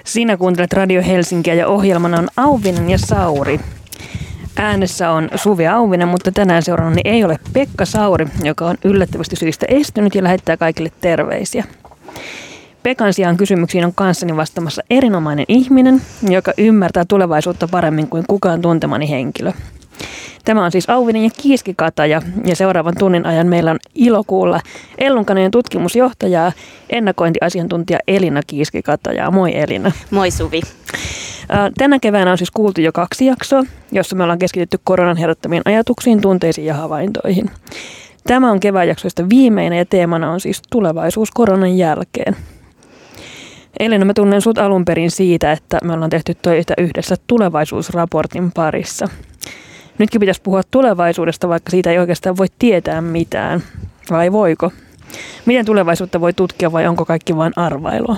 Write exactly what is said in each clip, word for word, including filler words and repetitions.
Sinä kuuntelet Radio Helsinkiä ja ohjelmana on Auvinen ja Sauri. Äänessä on Suvi Auvinen, mutta tänään seuraavani ei ole Pekka Sauri, joka on yllättävästi syistä estynyt ja lähettää kaikille terveisiä. Pekan sijaan kysymyksiin on kanssani vastaamassa erinomainen ihminen, joka ymmärtää tulevaisuutta paremmin kuin kukaan tuntemani henkilö. Tämä on siis Auvinen ja Kiiski-Kataja ja seuraavan tunnin ajan meillä on ilo kuulla Ellunkanojen tutkimusjohtajaa, ennakointiasiantuntija Elina Kiiski-Katajaa. Moi Elina. Moi Suvi. Tänä keväänä on siis kuultu jo kaksi jaksoa, jossa me ollaan keskitytty koronan herättämiin ajatuksiin, tunteisiin ja havaintoihin. Tämä on kevään jaksoista viimeinen ja teemana on siis tulevaisuus koronan jälkeen. Elina, mä tunnen sut alun perin siitä, että me ollaan tehty töitä yhdessä tulevaisuusraportin parissa. Nytkin pitäisi puhua tulevaisuudesta, vaikka siitä ei oikeastaan voi tietää mitään. Vai voiko? Miten tulevaisuutta voi tutkia vai onko kaikki vain arvailua?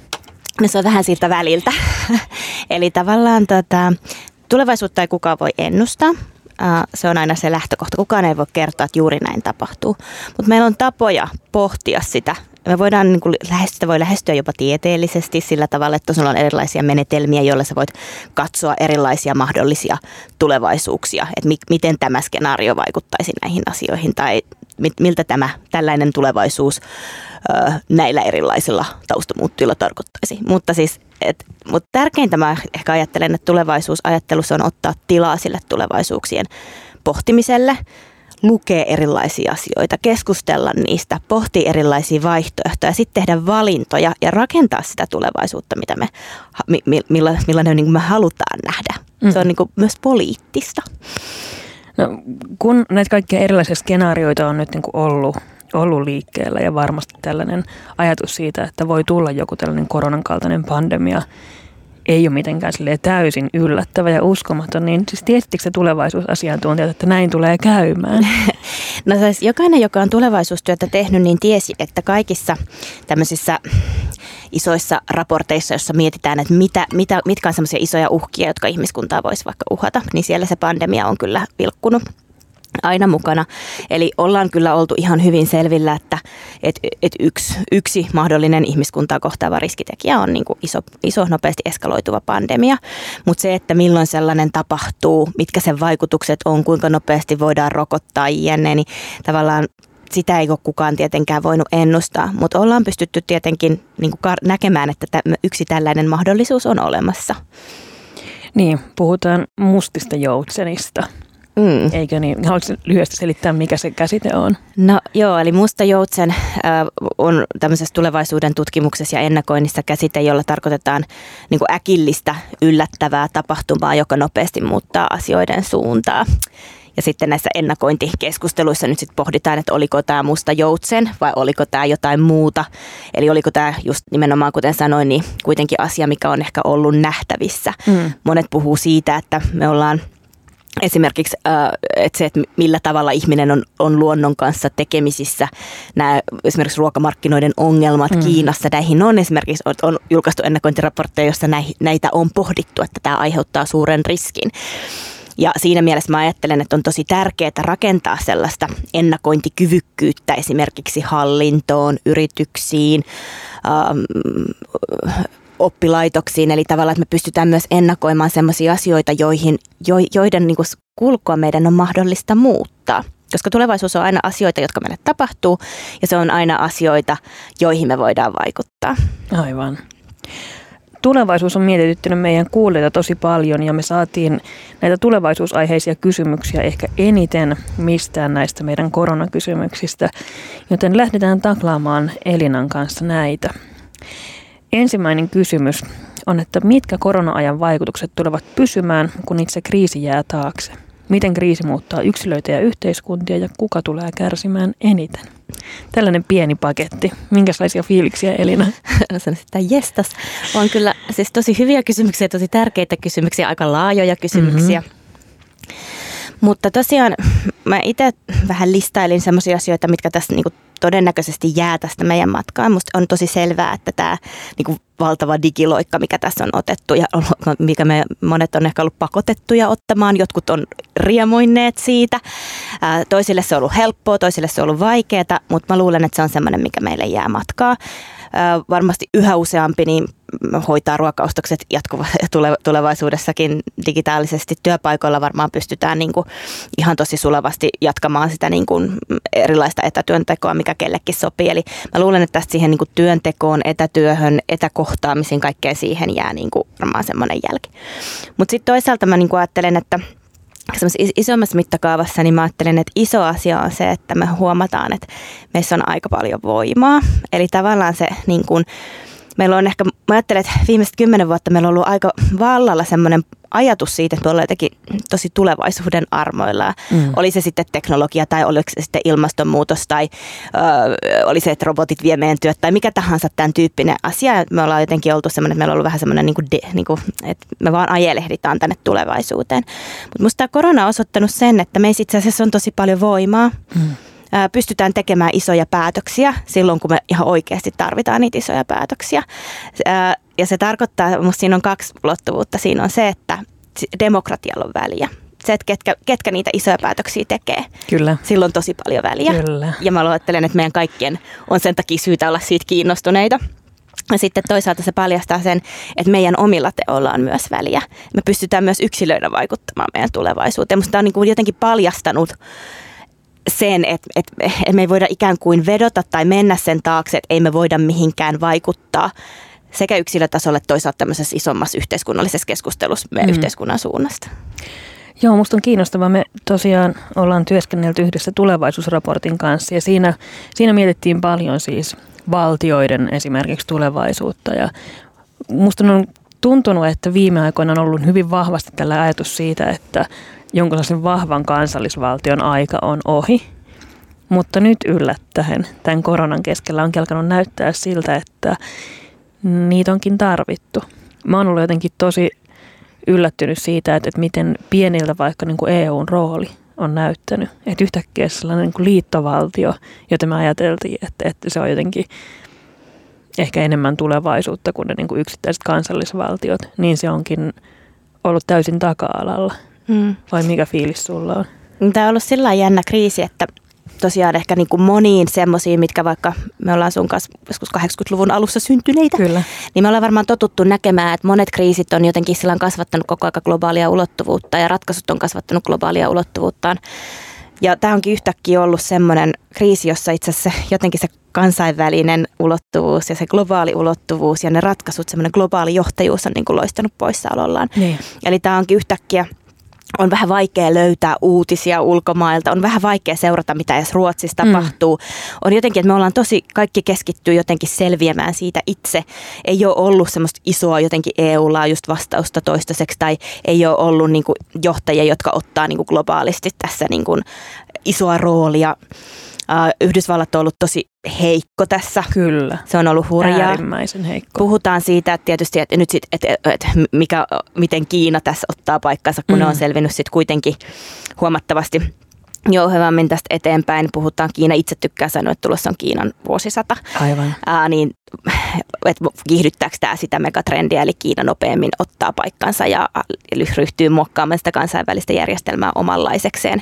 No se on vähän siltä väliltä. Eli tavallaan tota, tulevaisuutta ei kukaan voi ennustaa. Se on aina se lähtökohta. Kukaan ei voi kertoa, että juuri näin tapahtuu. Mutta meillä on tapoja pohtia sitä. Me voidaan niin kuin lähestyä, voi lähestyä jopa tieteellisesti sillä tavalla, että sulla on erilaisia menetelmiä, joilla sä voit katsoa erilaisia mahdollisia tulevaisuuksia. Että mi- miten tämä skenaario vaikuttaisi näihin asioihin tai mit- miltä tämä tällainen tulevaisuus ö, näillä erilaisilla taustamuuttujilla tarkoittaisi. Mutta siis, et, mut tärkeintä mä ehkä ajattelen, että tulevaisuusajattelussa on ottaa tilaa sille tulevaisuuksien pohtimiselle. Lukee erilaisia asioita, keskustella niistä, pohtia erilaisia vaihtoehtoja, sitten tehdä valintoja ja rakentaa sitä tulevaisuutta, mitä me, milla, millainen niin me halutaan nähdä. Mm. Se on niin kuin myös poliittista. No, kun näitä kaikkia erilaisia skenaarioita on nyt niin kuin ollut, ollut liikkeellä ja varmasti tällainen ajatus siitä, että voi tulla joku tällainen koronan kaltainen pandemia, ei ole mitenkään täysin yllättävä ja uskomaton, niin siis tiesittekö se tulevaisuusasiantuntijat, että näin tulee käymään? No siis jokainen, joka on tulevaisuustyötä tehnyt, niin tiesi, että kaikissa tämmöisissä isoissa raporteissa, jossa mietitään, että mitä, mitä, mitkä on semmoisia isoja uhkia, jotka ihmiskuntaa voisi vaikka uhata, niin siellä se pandemia on kyllä vilkkunut aina mukana. Eli ollaan kyllä oltu ihan hyvin selvillä, että et, et yksi, yksi mahdollinen ihmiskuntaa kohtaava riskitekijä on niin kuin iso, iso, nopeasti eskaloituva pandemia. Mutta se, että milloin sellainen tapahtuu, mitkä sen vaikutukset on, kuinka nopeasti voidaan rokottaa jne, niin tavallaan sitä ei ole kukaan tietenkään voinut ennustaa. Mutta ollaan pystytty tietenkin niin kuin näkemään, että yksi tällainen mahdollisuus on olemassa. Niin, puhutaan mustista joutsenista. Mm. Eikö niin? Haluatko lyhyesti selittää, mikä se käsite on? No joo, eli musta joutsen äh, on tämmöisessä tulevaisuuden tutkimuksessa ja ennakoinnissa käsite, jolla tarkoitetaan niin kuin äkillistä, yllättävää tapahtumaa, joka nopeasti muuttaa asioiden suuntaa. Ja sitten näissä ennakointikeskusteluissa nyt sitten pohditaan, että oliko tämä musta joutsen vai oliko tämä jotain muuta. Eli oliko tämä just nimenomaan, kuten sanoin, niin kuitenkin asia, mikä on ehkä ollut nähtävissä. Mm. Monet puhuu siitä, että me ollaan esimerkiksi että se, että millä tavalla ihminen on, on luonnon kanssa tekemisissä, nämä esimerkiksi ruokamarkkinoiden ongelmat mm. Kiinassa, näihin on esimerkiksi on, on julkaistu ennakointiraportteja, joissa näitä on pohdittu, että tämä aiheuttaa suuren riskin. Ja siinä mielessä mä ajattelen, että on tosi tärkeää rakentaa sellaista ennakointikyvykkyyttä esimerkiksi hallintoon, yrityksiin, ähm, oppilaitoksiin, eli tavallaan, että me pystytään myös ennakoimaan sellaisia asioita, joihin, jo, joiden niin kuin kulkua meidän on mahdollista muuttaa. Koska tulevaisuus on aina asioita, jotka meille tapahtuu, ja se on aina asioita, joihin me voidaan vaikuttaa. Aivan. Tulevaisuus on mietityttänyt meidän kuulijoita tosi paljon, ja me saatiin näitä tulevaisuusaiheisia kysymyksiä ehkä eniten mistään näistä meidän koronakysymyksistä, joten lähdetään taklaamaan Elinan kanssa näitä. Ensimmäinen kysymys on, että mitkä korona-ajan vaikutukset tulevat pysymään, kun itse kriisi jää taakse? Miten kriisi muuttaa yksilöitä ja yhteiskuntia ja kuka tulee kärsimään eniten? Tällainen pieni paketti. Minkälaisia fiiliksiä, Elina? Sanoisin, että jestas. On kyllä siis tosi hyviä kysymyksiä, tosi tärkeitä kysymyksiä, aika laajoja kysymyksiä. Mm-hmm. Mutta tosiaan mä itse vähän listailin sellaisia asioita, mitkä tässä niinku todennäköisesti jää tästä meidän matkaan. Musta on tosi selvää, että tämä niinku valtava digiloikka, mikä tässä on otettu ja mikä me monet on ehkä ollut pakotettuja ottamaan, jotkut on riemuinneet siitä. Ää, toisille se on ollut helppoa, toisille se on ollut vaikeaa, mutta mä luulen, että se on semmoinen, mikä meille jää matkaa. Ää, varmasti yhä useampi niin hoitaa ruokaostokset jatkuva, tulevaisuudessakin digitaalisesti. Työpaikoilla varmaan pystytään niin kuin ihan tosi sulavasti jatkamaan sitä niin kuin erilaista etätyöntekoa, mikä kellekin sopii. Eli mä luulen, että tästä siihen niin kuin työntekoon, etätyöhön, etäkohtaamisiin, kaikkeen siihen jää niin kuin varmaan semmoinen jälki. Mutta sitten toisaalta mä niin kuin ajattelen, että isommassa mittakaavassa niin mä ajattelen, että iso asia on se, että me huomataan, että meissä on aika paljon voimaa. Eli tavallaan se niin kuin, meillä on ehkä, mä ajattelen, että viimeiset kymmenen vuotta meillä on ollut aika vallalla semmoinen ajatus siitä, että me ollaan jotenkin tosi tulevaisuuden armoilla. Mm. Oli se sitten teknologia tai oliko se sitten ilmastonmuutos tai ö, oli se, että robotit vie meidän työt tai mikä tahansa tämän tyyppinen asia. Me ollaan jotenkin oltu semmoinen, että meillä on ollut vähän semmoinen, niin kuin de, niin kuin, että me vaan ajelehditaan tänne tulevaisuuteen. Mutta musta tämä korona on osoittanut sen, että meissä itse asiassa on tosi paljon voimaa. Mm. Pystytään tekemään isoja päätöksiä silloin, kun me ihan oikeasti tarvitaan niitä isoja päätöksiä. Ja se tarkoittaa, musta siinä on kaksi ulottuvuutta. Siinä on se, että demokratialla on väliä. Se, että ketkä, ketkä niitä isoja päätöksiä tekee. Kyllä. Sillä on tosi paljon väliä. Kyllä. Ja mä ajattelen, että meidän kaikkien on sen takia syytä olla siitä kiinnostuneita. Ja sitten toisaalta se paljastaa sen, että meidän omilla teoilla on myös väliä. Me pystytään myös yksilöinä vaikuttamaan meidän tulevaisuuteen. Musta tämä on niin kuin jotenkin paljastanut sen, että, että, että me ei voida ikään kuin vedota tai mennä sen taakse, että ei me voida mihinkään vaikuttaa sekä yksilötasolle että toisaalta tämmöisessä isommassa yhteiskunnallisessa keskustelussa meidän mm. yhteiskunnan suunnasta. Joo, musta on kiinnostavaa. Me tosiaan ollaan työskennelty yhdessä tulevaisuusraportin kanssa ja siinä, siinä mietittiin paljon siis valtioiden esimerkiksi tulevaisuutta ja musta on tuntunut, että viime aikoina on ollut hyvin vahvasti tällä ajatus siitä, että jonkinlaisen vahvan kansallisvaltion aika on ohi, mutta nyt yllättäen tämän koronan keskellä on alkanut näyttää siltä, että niitä onkin tarvittu. Mä oon ollut jotenkin tosi yllättynyt siitä, että, että miten pieniltä vaikka niin kuin E U:n rooli on näyttänyt. Että yhtäkkiä sellainen niin kuin liittovaltio, jota me ajateltiin, että, että se on jotenkin ehkä enemmän tulevaisuutta kuin ne niin kuin yksittäiset kansallisvaltiot, niin se onkin ollut täysin taka-alalla. Mm. Vai mikä fiilis sulla on? Tämä on ollut sillä jännä kriisi, että tosiaan ehkä niin kuin moniin semmoisiin, mitkä vaikka me ollaan sun kanssa joskus kahdeksankymmentäluvun alussa syntyneitä, Kyllä. niin me ollaan varmaan totuttu näkemään, että monet kriisit on jotenkin silloin kasvattanut koko ajan globaalia ulottuvuutta ja ratkaisut on kasvattanut globaalia ulottuvuuttaan. Ja tämä onkin yhtäkkiä ollut semmoinen kriisi, jossa itse asiassa jotenkin se kansainvälinen ulottuvuus ja se globaali ulottuvuus ja ne ratkaisut, semmoinen globaali johtajuus on niin kuin loistanut poissaolollaan. Niin. Eli tämä onkin yhtäkkiä, on vähän vaikea löytää uutisia ulkomailta, on vähän vaikea seurata, mitä edes Ruotsissa tapahtuu. Mm. On jotenkin, että me ollaan tosi, kaikki keskittyy jotenkin selviämään siitä itse. Ei ole ollut semmoista isoa jotenkin E U-laajuista vastausta toistaiseksi, tai ei ole ollut niin kuin johtajia, jotka ottaa niin kuin globaalisti tässä niin kuin isoa roolia. Yhdysvallat on ollut tosi heikko tässä. Kyllä. Se on ollut hurjaa. Äärimmäisen heikko. Puhutaan siitä, että tietysti, että nyt sit, että, että mikä, miten Kiina tässä ottaa paikkansa, kun mm. ne on selvinnyt sitten kuitenkin huomattavasti jouhevammin tästä eteenpäin. Puhutaan, Kiina itse tykkää sanoa, että tulossa on Kiinan vuosisata. Aivan. Ää, niin, että kiihdyttääkö tämä sitä megatrendiä, eli Kiina nopeammin ottaa paikkansa ja ryhtyy muokkaamaan sitä kansainvälistä järjestelmää omanlaisekseen.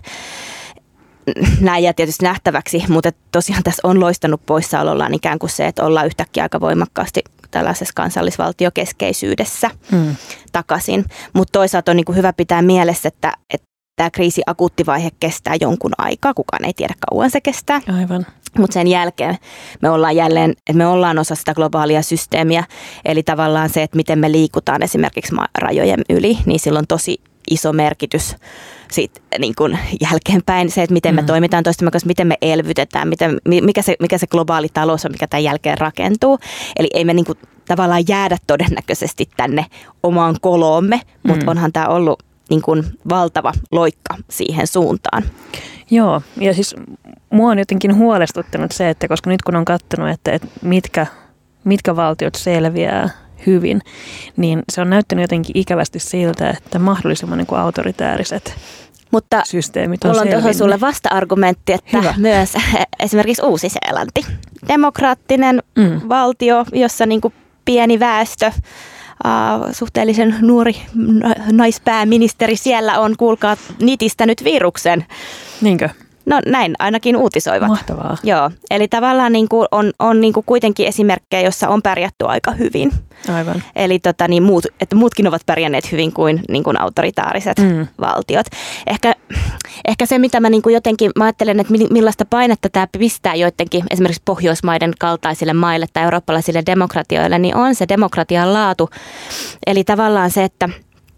Näin jää tietysti nähtäväksi, mutta tosiaan tässä on loistanut poissaolollaan ikään kuin se, että ollaan yhtäkkiä aika voimakkaasti tällaisessa kansallisvaltiokeskeisyydessä mm. takaisin. Mutta toisaalta on niin kuin hyvä pitää mielessä, että, että tämä kriisi akuuttivaihe kestää jonkun aikaa, kukaan ei tiedä kauan se kestää. Aivan. Mutta sen jälkeen me ollaan jälleen, että me ollaan osa sitä globaalia systeemiä, eli tavallaan se, että miten me liikutaan esimerkiksi rajojen yli, niin sillä on tosi iso merkitys siitä niin kuin jälkeenpäin, se, että miten me mm. toimitaan toistamme kanssa, miten me elvytetään, miten, mikä, se, mikä se globaali talous on, mikä tämän jälkeen rakentuu. Eli ei me niin kuin tavallaan jäädä todennäköisesti tänne omaan koloomme, mm. mutta onhan tämä ollut niin kuin valtava loikka siihen suuntaan. Joo, ja siis mua on jotenkin huolestuttanut se, että koska nyt kun on katsonut, että, että mitkä, mitkä valtiot selviää hyvin, niin se on näyttänyt jotenkin ikävästi siltä, että mahdollisimman niin kuin autoritääriset Mutta systeemit on mulla on tuohon selvinnyt. sulle vasta-argumentti, että Hyvä. Myös esimerkiksi Uusi-Seelanti, demokraattinen mm. valtio, jossa niin kuin pieni väestö, Uh, suhteellisen nuori naispääministeri siellä on, kuulkaa, nitistänyt viruksen. Niinkö? No näin ainakin uutisoivat. Mahtavaa. Joo, eli tavallaan niin kuin on, on niin kuin kuitenkin esimerkkejä, joissa on pärjätty aika hyvin. Aivan. Eli tota, niin muut, että muutkin ovat pärjänneet hyvin kuin, niin kuin autoritaariset mm. valtiot. Ehkä, ehkä se, mitä mä niin kuin jotenkin mä ajattelen, että millaista painetta tämä pistää joidenkin esimerkiksi Pohjoismaiden kaltaisille maille tai eurooppalaisille demokratioille, niin on se demokratian laatu. Eli tavallaan se, että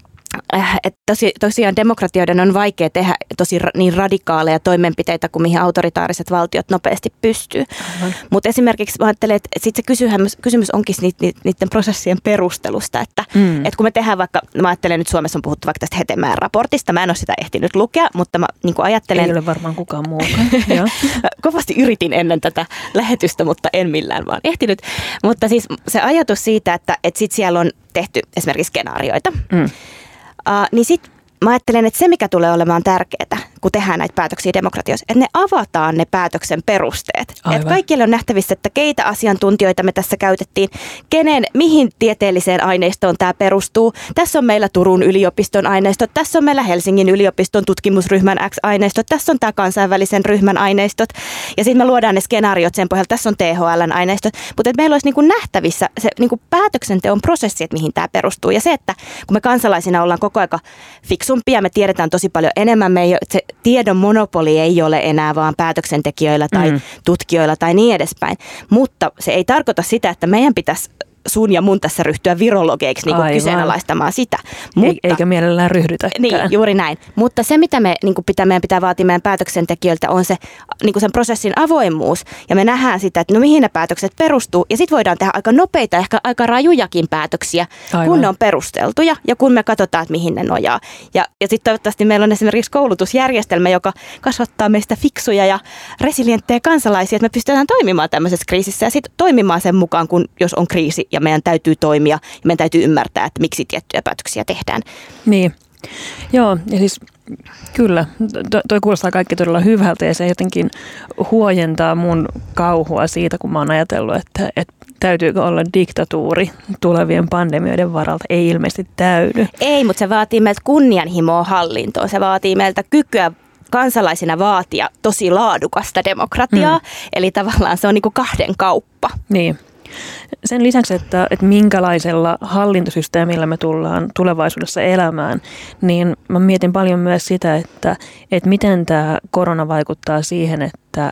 Että tosi, tosiaan demokratioiden on vaikea tehdä tosi ra, niin radikaaleja toimenpiteitä kuin mihin autoritaariset valtiot nopeasti pystyy. Mutta esimerkiksi mä ajattelen, että sit se kysymys, kysymys onkin niiden, niiden prosessien perustelusta. Että mm. et kun me tehdään vaikka, mä ajattelen nyt Suomessa on puhuttu vaikka tästä Hetemäen raportista, mä en ole sitä ehtinyt lukea, mutta mä niin kuin ajattelen. Ei ole varmaan kukaan muukaan. Kovasti yritin ennen tätä lähetystä, mutta en millään vaan ehtinyt. Mutta siis se ajatus siitä, että, että sit siellä on tehty esimerkiksi skenaarioita. Mm. Uh, niin sitten mä ajattelen, että se mikä tulee olemaan tärkeää, kun tehdään näitä päätöksiä demokratioissa, että ne avataan ne päätöksen perusteet. Että kaikille on nähtävissä, että keitä asiantuntijoita me tässä käytettiin, kenen, mihin tieteelliseen aineistoon tämä perustuu. Tässä on meillä Turun yliopiston aineistot, tässä on meillä Helsingin yliopiston tutkimusryhmän X-aineistot, tässä on tämä kansainvälisen ryhmän aineistot. Ja sitten me luodaan ne skenaariot sen pohjalta, tässä on T H L:n aineistot. Mutta meillä olisi niinku nähtävissä se niinku päätöksenteon prosessi, että mihin tämä perustuu. Ja se, että kun me kansalaisina ollaan koko aika fiksumpia, me tiedetään tosi paljon enemmän, me ei ole, se tiedon monopoli ei ole enää vaan päätöksentekijöillä tai mm. tutkijoilla tai niin edespäin. Mutta se ei tarkoita sitä, että meidän pitäisi sun ja mun tässä ryhtyä virologeiksi niin kuin kyseenalaistamaan sitä. Mutta, eikä mielellään ryhdytäkään. Niin, juuri näin. Mutta se, mitä me, niin kuin pitää, meidän pitää vaatia meidän päätöksentekijöiltä, on se niin kuin sen prosessin avoimuus. Ja me nähdään sitä, että no mihin ne päätökset perustuu. Ja sitten voidaan tehdä aika nopeita, ehkä aika rajujakin päätöksiä, Aivan. kun ne on perusteltuja ja kun me katsotaan, että mihin ne nojaa. Ja, ja sitten toivottavasti meillä on esimerkiksi koulutusjärjestelmä, joka kasvattaa meistä fiksuja ja resilienttejä kansalaisia, että me pystytään toimimaan tämmöisessä kriisissä ja sitten toimimaan sen mukaan, kun jos on kriisi ja meidän täytyy toimia ja meidän täytyy ymmärtää, että miksi tiettyjä päätöksiä tehdään. Niin, joo, ja siis kyllä, to, toi kuulostaa kaikki todella hyvältä ja se jotenkin huojentaa mun kauhua siitä, kun mä oon ajatellut, että, että täytyykö olla diktatuuri tulevien pandemioiden varalta. Ei ilmeisesti täydy. Ei, mutta se vaatii meiltä kunnianhimoa hallintoon, se vaatii meiltä kykyä kansalaisina vaatia tosi laadukasta demokratiaa, mm. eli tavallaan se on niin kuin kahden kauppa. Niin. Sen lisäksi, että, että minkälaisella hallintosysteemillä me tullaan tulevaisuudessa elämään, niin mä mietin paljon myös sitä, että, että miten tämä korona vaikuttaa siihen, että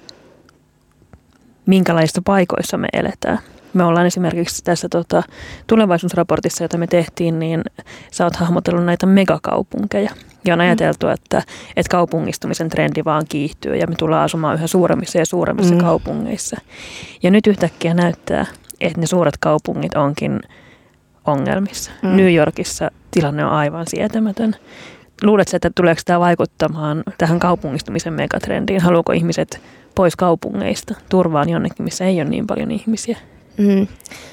minkälaisissa paikoissa me eletään. Me ollaan esimerkiksi tässä tota, tulevaisuusraportissa, jota me tehtiin, niin sä oot hahmotellut näitä megakaupunkeja. Ja on ajateltu, että, että kaupungistumisen trendi vaan kiihtyy ja me tullaan asumaan yhä suuremmissa ja suuremmissa mm. kaupungeissa. Ja nyt yhtäkkiä näyttää, että ne suuret kaupungit onkin ongelmissa. Mm. New Yorkissa tilanne on aivan sietämätön. Luuletko, että tuleeko tämä vaikuttamaan tähän kaupungistumisen megatrendiin? Haluaako ihmiset pois kaupungeista turvaan jonnekin, missä ei ole niin paljon ihmisiä? Mm.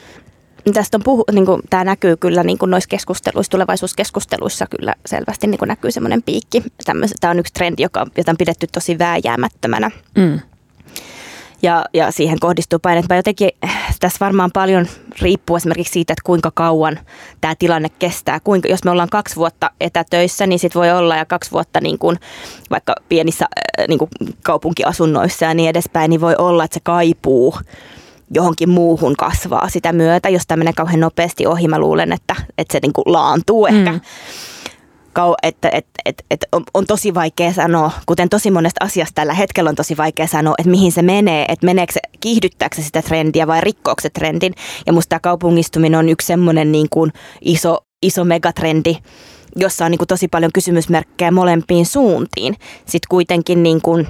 Tästä on puhu, niin kuin, tämä näkyy kyllä niin kuin noissa keskusteluissa, tulevaisuuskeskusteluissa kyllä selvästi niin kuin näkyy semmoinen piikki. Tämmöis, tämä on yksi trendi, joka, jota on pidetty tosi vääjäämättömänä. Mm. Ja, ja siihen kohdistuu paineet. Mä jotenkin tässä varmaan paljon riippuu esimerkiksi siitä, että kuinka kauan tämä tilanne kestää. Kuinka, jos me ollaan kaksi vuotta etätöissä, niin sit voi olla ja kaksi vuotta niin kuin, vaikka pienissä niin kuin kaupunkiasunnoissa ja niin edespäin, niin voi olla, että se kaipuu johonkin muuhun kasvaa sitä myötä. Jos tämä menee kauhean nopeasti ohi, mä luulen, että, että se niin kuin laantuu ehkä. Mm. Että, että, että, että on, on tosi vaikea sanoa, kuten tosi monesta asiasta tällä hetkellä on tosi vaikea sanoa, että mihin se menee, että meneekö se, kiihdyttääkö se sitä trendiä vai rikkoako se trendin. Ja musta tämä kaupungistuminen on yksi semmoinen niin kuin iso, iso megatrendi, jossa on niin kuin tosi paljon kysymysmerkkejä molempiin suuntiin. Sitten kuitenkin niin kuin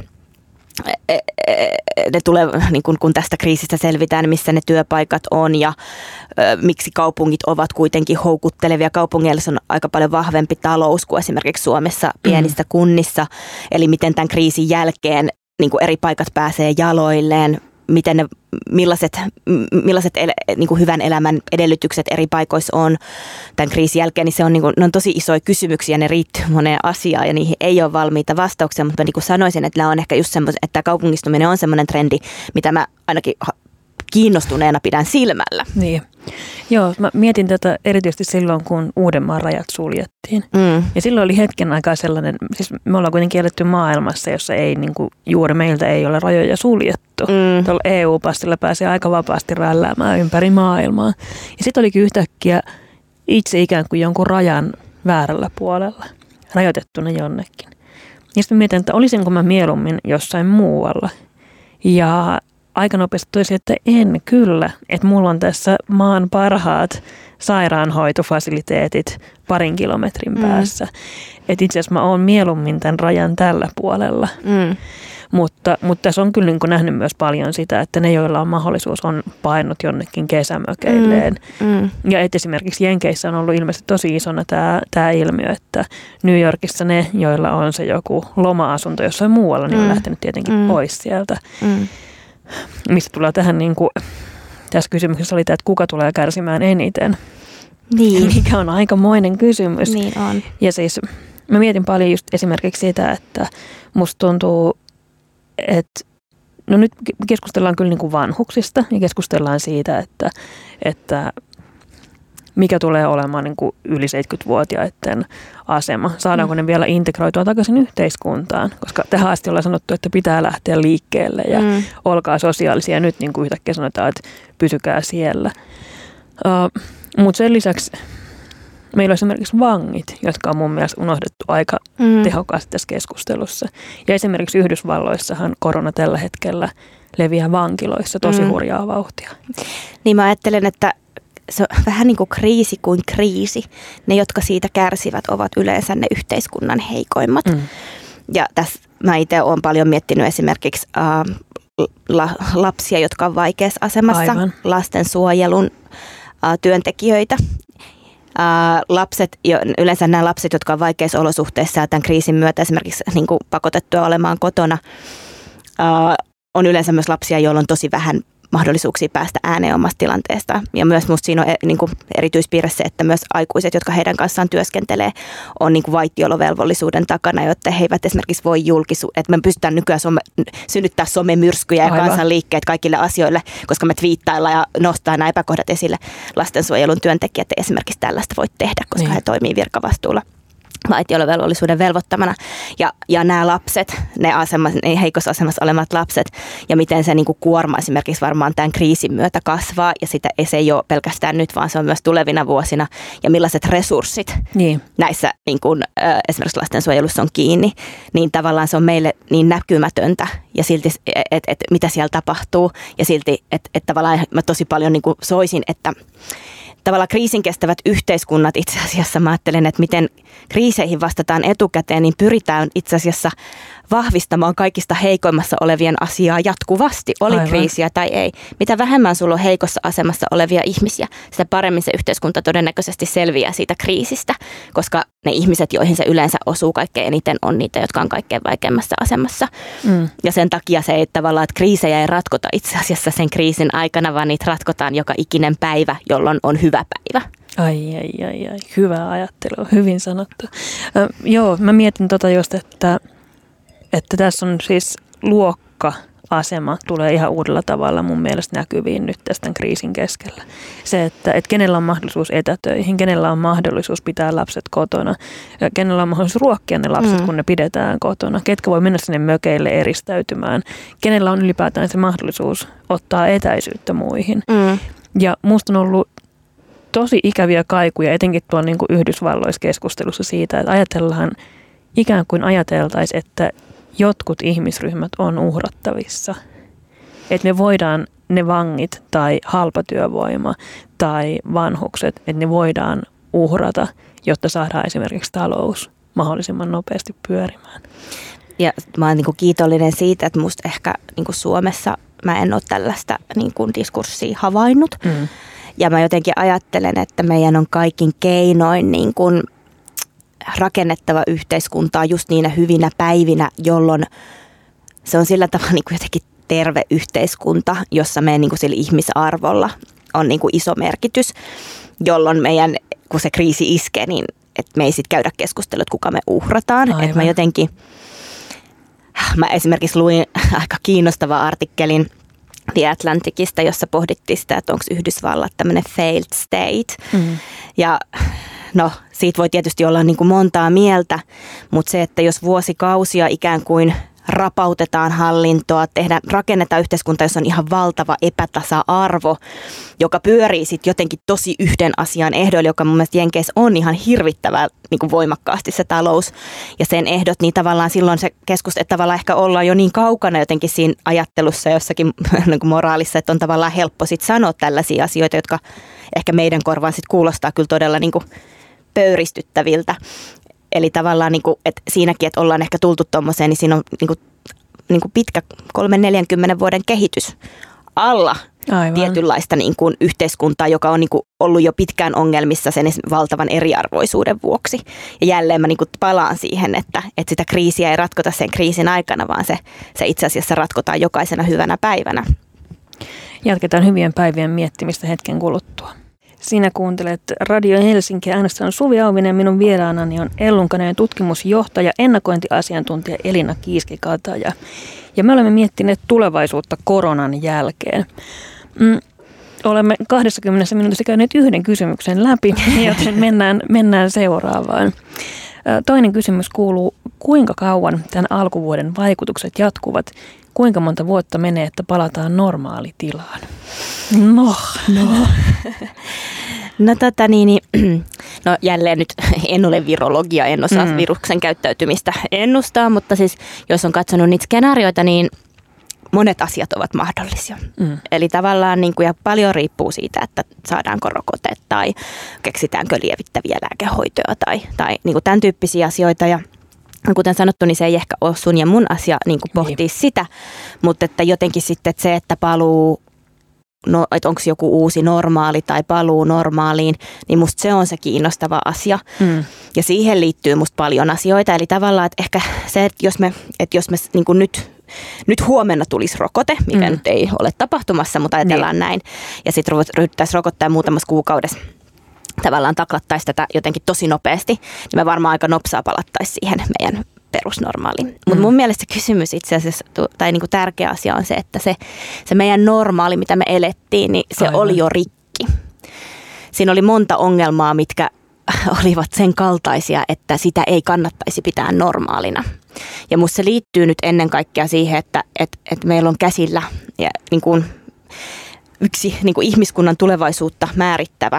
ne tulee, niin kun, kun tästä kriisistä selvitään, missä ne työpaikat on ja ö, miksi kaupungit ovat kuitenkin houkuttelevia. Kaupungeilla on aika paljon vahvempi talous kuin esimerkiksi Suomessa pienissä mm. kunnissa. Eli miten tämän kriisin jälkeen niin kun eri paikat pääsee jaloilleen, miten ne, millaiset, millaiset el, niin kuin hyvän elämän edellytykset eri paikoissa on tämän kriisin jälkeen, niin se on, niin kuin, ne on tosi isoja kysymyksiä, ne riittyy moneen asiaan ja niihin ei ole valmiita vastauksia, mutta niin kuin sanoisin, että on ehkä just semmoinen, että kaupungistuminen on semmoinen trendi, mitä mä ainakin kiinnostuneena pidän silmällä. Niin. Joo, mä mietin tätä erityisesti silloin, kun Uudenmaan rajat suljettiin. Mm. Ja silloin oli hetken aikaa sellainen, siis me ollaan kuitenkin eletty maailmassa, jossa ei niin kuin, juuri meiltä ei ole rajoja suljettu. Mm. Tuolla E U-passilla pääsee aika vapaasti rälläämään ympäri maailmaa. Ja sitten olikin yhtäkkiä itse ikään kuin jonkun rajan väärällä puolella, rajoitettuna jonnekin. Ja sitten mietin, että olisinko mä mieluummin jossain muualla. Ja aika nopeasti toisi, että en kyllä, että mulla on tässä maan parhaat sairaanhoitofasiliteetit parin kilometrin mm. päässä. Että itse asiassa mä oon mieluummin tämän rajan tällä puolella. Mm. Mutta, mutta tässä on kyllä niin kuin nähnyt myös paljon sitä, että ne, joilla on mahdollisuus, on painut jonnekin kesämökeilleen. Mm. Mm. Ja et esimerkiksi Jenkeissä on ollut ilmeisesti tosi isona tämä, tämä ilmiö, että New Yorkissa ne, joilla on se joku loma-asunto jossain muualla, niin on mm. lähtenyt tietenkin mm. pois sieltä. Mm. Mistä tulee tähän, niin kuin, tässä kysymyksessä oli tämä, että kuka tulee kärsimään eniten. Niin. Mikä on aikamoinen kysymys. Niin on. Ja siis mä mietin paljon just esimerkiksi sitä, että musta tuntuu, että no nyt keskustellaan kyllä niin kuin vanhuksista ja keskustellaan siitä, että, että mikä tulee olemaan niin kuin yli seitsemänkymmentävuotiaiden asema. Saadaanko mm. ne vielä integroitua takaisin yhteiskuntaan? Koska tähän asti ollaan sanottu, että pitää lähteä liikkeelle ja mm. olkaa sosiaalisia. Nyt niin kuin yhtäkkiä sanotaan, että pysykää siellä. Uh, mutta sen lisäksi meillä on esimerkiksi vangit, jotka on mun mielestä unohdettu aika mm. tehokkaasti tässä keskustelussa. Ja esimerkiksi Yhdysvalloissahan korona tällä hetkellä leviää vankiloissa tosi mm. hurjaa vauhtia. Niin mä ajattelen, että se on vähän niin kuin kriisi kuin kriisi. Ne, jotka siitä kärsivät, ovat yleensä ne yhteiskunnan heikoimmat. Mm. Ja tässä mä itse olen paljon miettinyt esimerkiksi äh, la, lapsia, jotka on vaikeassa asemassa, Aivan. lastensuojelun äh, työntekijöitä. Äh, lapset, yleensä nämä lapset, jotka on vaikeissa olosuhteissa ja tämän kriisin myötä esimerkiksi niin kuin pakotettua olemaan kotona, äh, on yleensä myös lapsia, joilla on tosi vähän mahdollisuuksia päästä ääneen omasta tilanteesta. Ja myös musta siinä on niin kuin erityispiirre se, että myös aikuiset, jotka heidän kanssaan työskentelee, on niin kuin vaitiolovelvollisuuden takana, jotta he eivät esimerkiksi voi julkisuudessa, että me pystytään nykyään some, synnyttää somemyrskyjä ja kansanliikkeet kaikille asioille, koska me twiittaillaan ja nostaa nämä epäkohdat esille. Lastensuojelun työntekijät ei esimerkiksi tällaista voi tehdä, koska niin. he toimii virkavastuulla vaitiolovelvollisuuden velvoittamana. Ja, ja nämä lapset, ne, asemas, ne heikossa asemassa olevat lapset, ja miten se niin kuin kuorma esimerkiksi varmaan tämän kriisin myötä kasvaa, ja sitä se ei ole pelkästään nyt, vaan se on myös tulevina vuosina, ja millaiset resurssit niin. näissä niin kuin, äh, esimerkiksi lastensuojelussa on kiinni, niin tavallaan se on meille niin näkymätöntä, ja silti, että et, et, mitä siellä tapahtuu, ja silti, että et tavallaan mä tosi paljon niin kuin soisin, että tavallaan kriisin kestävät yhteiskunnat itse asiassa, mä ajattelen, että miten kriiseihin vastataan etukäteen, niin pyritään itse asiassa vahvistamaan kaikista heikoimmassa olevien asiaa jatkuvasti, oli Aivan. kriisiä tai ei. Mitä vähemmän sulla on heikossa asemassa olevia ihmisiä, sitä paremmin se yhteiskunta todennäköisesti selviää siitä kriisistä, koska ne ihmiset, joihin se yleensä osuu kaikkein eniten, on niitä, jotka on kaikkein vaikeimmassa asemassa. Mm. Ja sen takia se ei tavallaan, että kriisejä ei ratkota itse asiassa sen kriisin aikana, vaan niitä ratkotaan joka ikinen päivä, jolloin on hyvä päivä. Ai, ai, ai, ai. Hyvä ajattelu, hyvin sanottu. Äh, joo, mä mietin tota just, että Että tässä on siis luokka-asema tulee ihan uudella tavalla mun mielestä näkyviin nyt tästä kriisin keskellä. Se, että, että kenellä on mahdollisuus etätöihin, kenellä on mahdollisuus pitää lapset kotona, kenellä on mahdollisuus ruokkia ne lapset, mm. kun ne pidetään kotona, ketkä voi mennä sinne mökeille eristäytymään, kenellä on ylipäätään se mahdollisuus ottaa etäisyyttä muihin. Mm. Ja musta on ollut tosi ikäviä kaikuja, etenkin tuolla niin kuin Yhdysvalloissa keskustelussa siitä, että ajatellaan, ikään kuin ajateltaisiin, että jotkut ihmisryhmät on uhrattavissa. Että me voidaan ne vangit tai halpatyövoima tai vanhukset, että ne voidaan uhrata, jotta saadaan esimerkiksi talous mahdollisimman nopeasti pyörimään. Ja mä oon niin kuin kiitollinen siitä, että musta ehkä niin kuin Suomessa mä en ole tällaista niin kuin diskurssia havainnut. Mm. Ja mä jotenkin ajattelen, että meidän on kaikin keinoin niin kuin rakennettava yhteiskuntaa just niinä hyvinä päivinä, jolloin se on sillä tavalla niin kuin jotenkin terve yhteiskunta, jossa meidän niin kuin sillä ihmisarvolla on niin kuin iso merkitys, jolloin meidän, kun se kriisi iskee, niin että me ei sitten käydä keskustelua, että kuka me uhrataan. Että mä jotenkin, mä esimerkiksi luin aika kiinnostavan artikkelin The Atlanticista, jossa pohdittiin sitä, että onko Yhdysvallat tämmöinen failed state. Mm. Ja no, siitä voi tietysti olla niin kuin montaa mieltä, mutta se, että jos vuosikausia ikään kuin rapautetaan hallintoa, tehdään, rakennetaan yhteiskunta, jossa on ihan valtava epätasa-arvo, joka pyörii sitten jotenkin tosi yhden asian ehdoilla, joka mun mielestä Jenkeissä on ihan hirvittävän niin kuin voimakkaasti se talous ja sen ehdot, niin tavallaan silloin se keskus, että tavallaan ehkä ollaan jo niin kaukana jotenkin siinä ajattelussa jossakin niin kuin moraalissa, että on tavallaan helppo sitten sanoa tällaisia asioita, jotka ehkä meidän korvaan sitten kuulostaa kyllä todella niin kuin pöyristyttäviltä. Eli tavallaan niin kuin, että siinäkin, että ollaan ehkä tultu tuommoiseen, niin siinä on niin kuin, niin kuin pitkä kolmen neljänkymmenen vuoden kehitys alla Aivan. tietynlaista niin kuin yhteiskuntaa, joka on niin kuin ollut jo pitkään ongelmissa sen valtavan eriarvoisuuden vuoksi. Ja jälleen mä niin kuin palaan siihen, että, että sitä kriisiä ei ratkota sen kriisin aikana, vaan se, se itse asiassa ratkotaan jokaisena hyvänä päivänä. Jatketaan hyvien päivien miettimistä hetken kuluttua. Sinä kuuntelet Radio Helsinki, äänessä on Suvi Auvinen, minun vieraanani on Ellunkaneen tutkimusjohtaja, ennakointiasiantuntija Elina Kiiski-Kataja. Ja me olemme miettineet tulevaisuutta koronan jälkeen. Mm, olemme kaksikymmentä minuutissa käyneet yhden kysymyksen läpi, joten mennään, mennään seuraavaan. Toinen kysymys kuuluu, kuinka kauan tämän alkuvuoden vaikutukset jatkuvat? Kuinka monta vuotta menee, että palataan normaalitilaan? No, no. No, tota niin, no jälleen nyt en ole virologia, en osaa mm. viruksen käyttäytymistä ennustaa, mutta siis jos on katsonut niitä skenaarioita, niin monet asiat ovat mahdollisia. Mm. Eli tavallaan niin kuin, ja paljon riippuu siitä, että saadaanko rokote tai keksitäänkö lievittäviä lääkehoitoja tai, tai niin kuin tämän tyyppisiä asioita. Ja kuten sanottu, niin se ei ehkä ole sun ja mun asia niin kuin pohtia niin. sitä, mutta että jotenkin sitten että se, että paluu, no, että onko joku uusi normaali tai paluu normaaliin, niin musta se on se kiinnostava asia. Mm. Ja siihen liittyy musta paljon asioita. Eli tavallaan, että ehkä se, että jos me, että jos me niin kuin nyt, nyt huomenna tulisi rokote, mikä mm. nyt ei ole tapahtumassa, mutta ajatellaan niin. näin, ja sitten ryhdyttäisiin rokottaa muutamassa kuukaudessa, tavallaan taklattaisiin tätä jotenkin tosi nopeasti, niin me varmaan aika nopsaa palattaisiin siihen meidän perusnormaaliin. Mm. Mutta mun mielestä se kysymys itse asiassa, tai niinku tärkeä asia on se, että se, se meidän normaali, mitä me elettiin, niin se Aivan. oli jo rikki. Siinä oli monta ongelmaa, mitkä olivat sen kaltaisia, että sitä ei kannattaisi pitää normaalina. Ja musta se liittyy nyt ennen kaikkea siihen, että et, et meillä on käsillä ja niin kuin yksi niin kuin ihmiskunnan tulevaisuutta määrittävä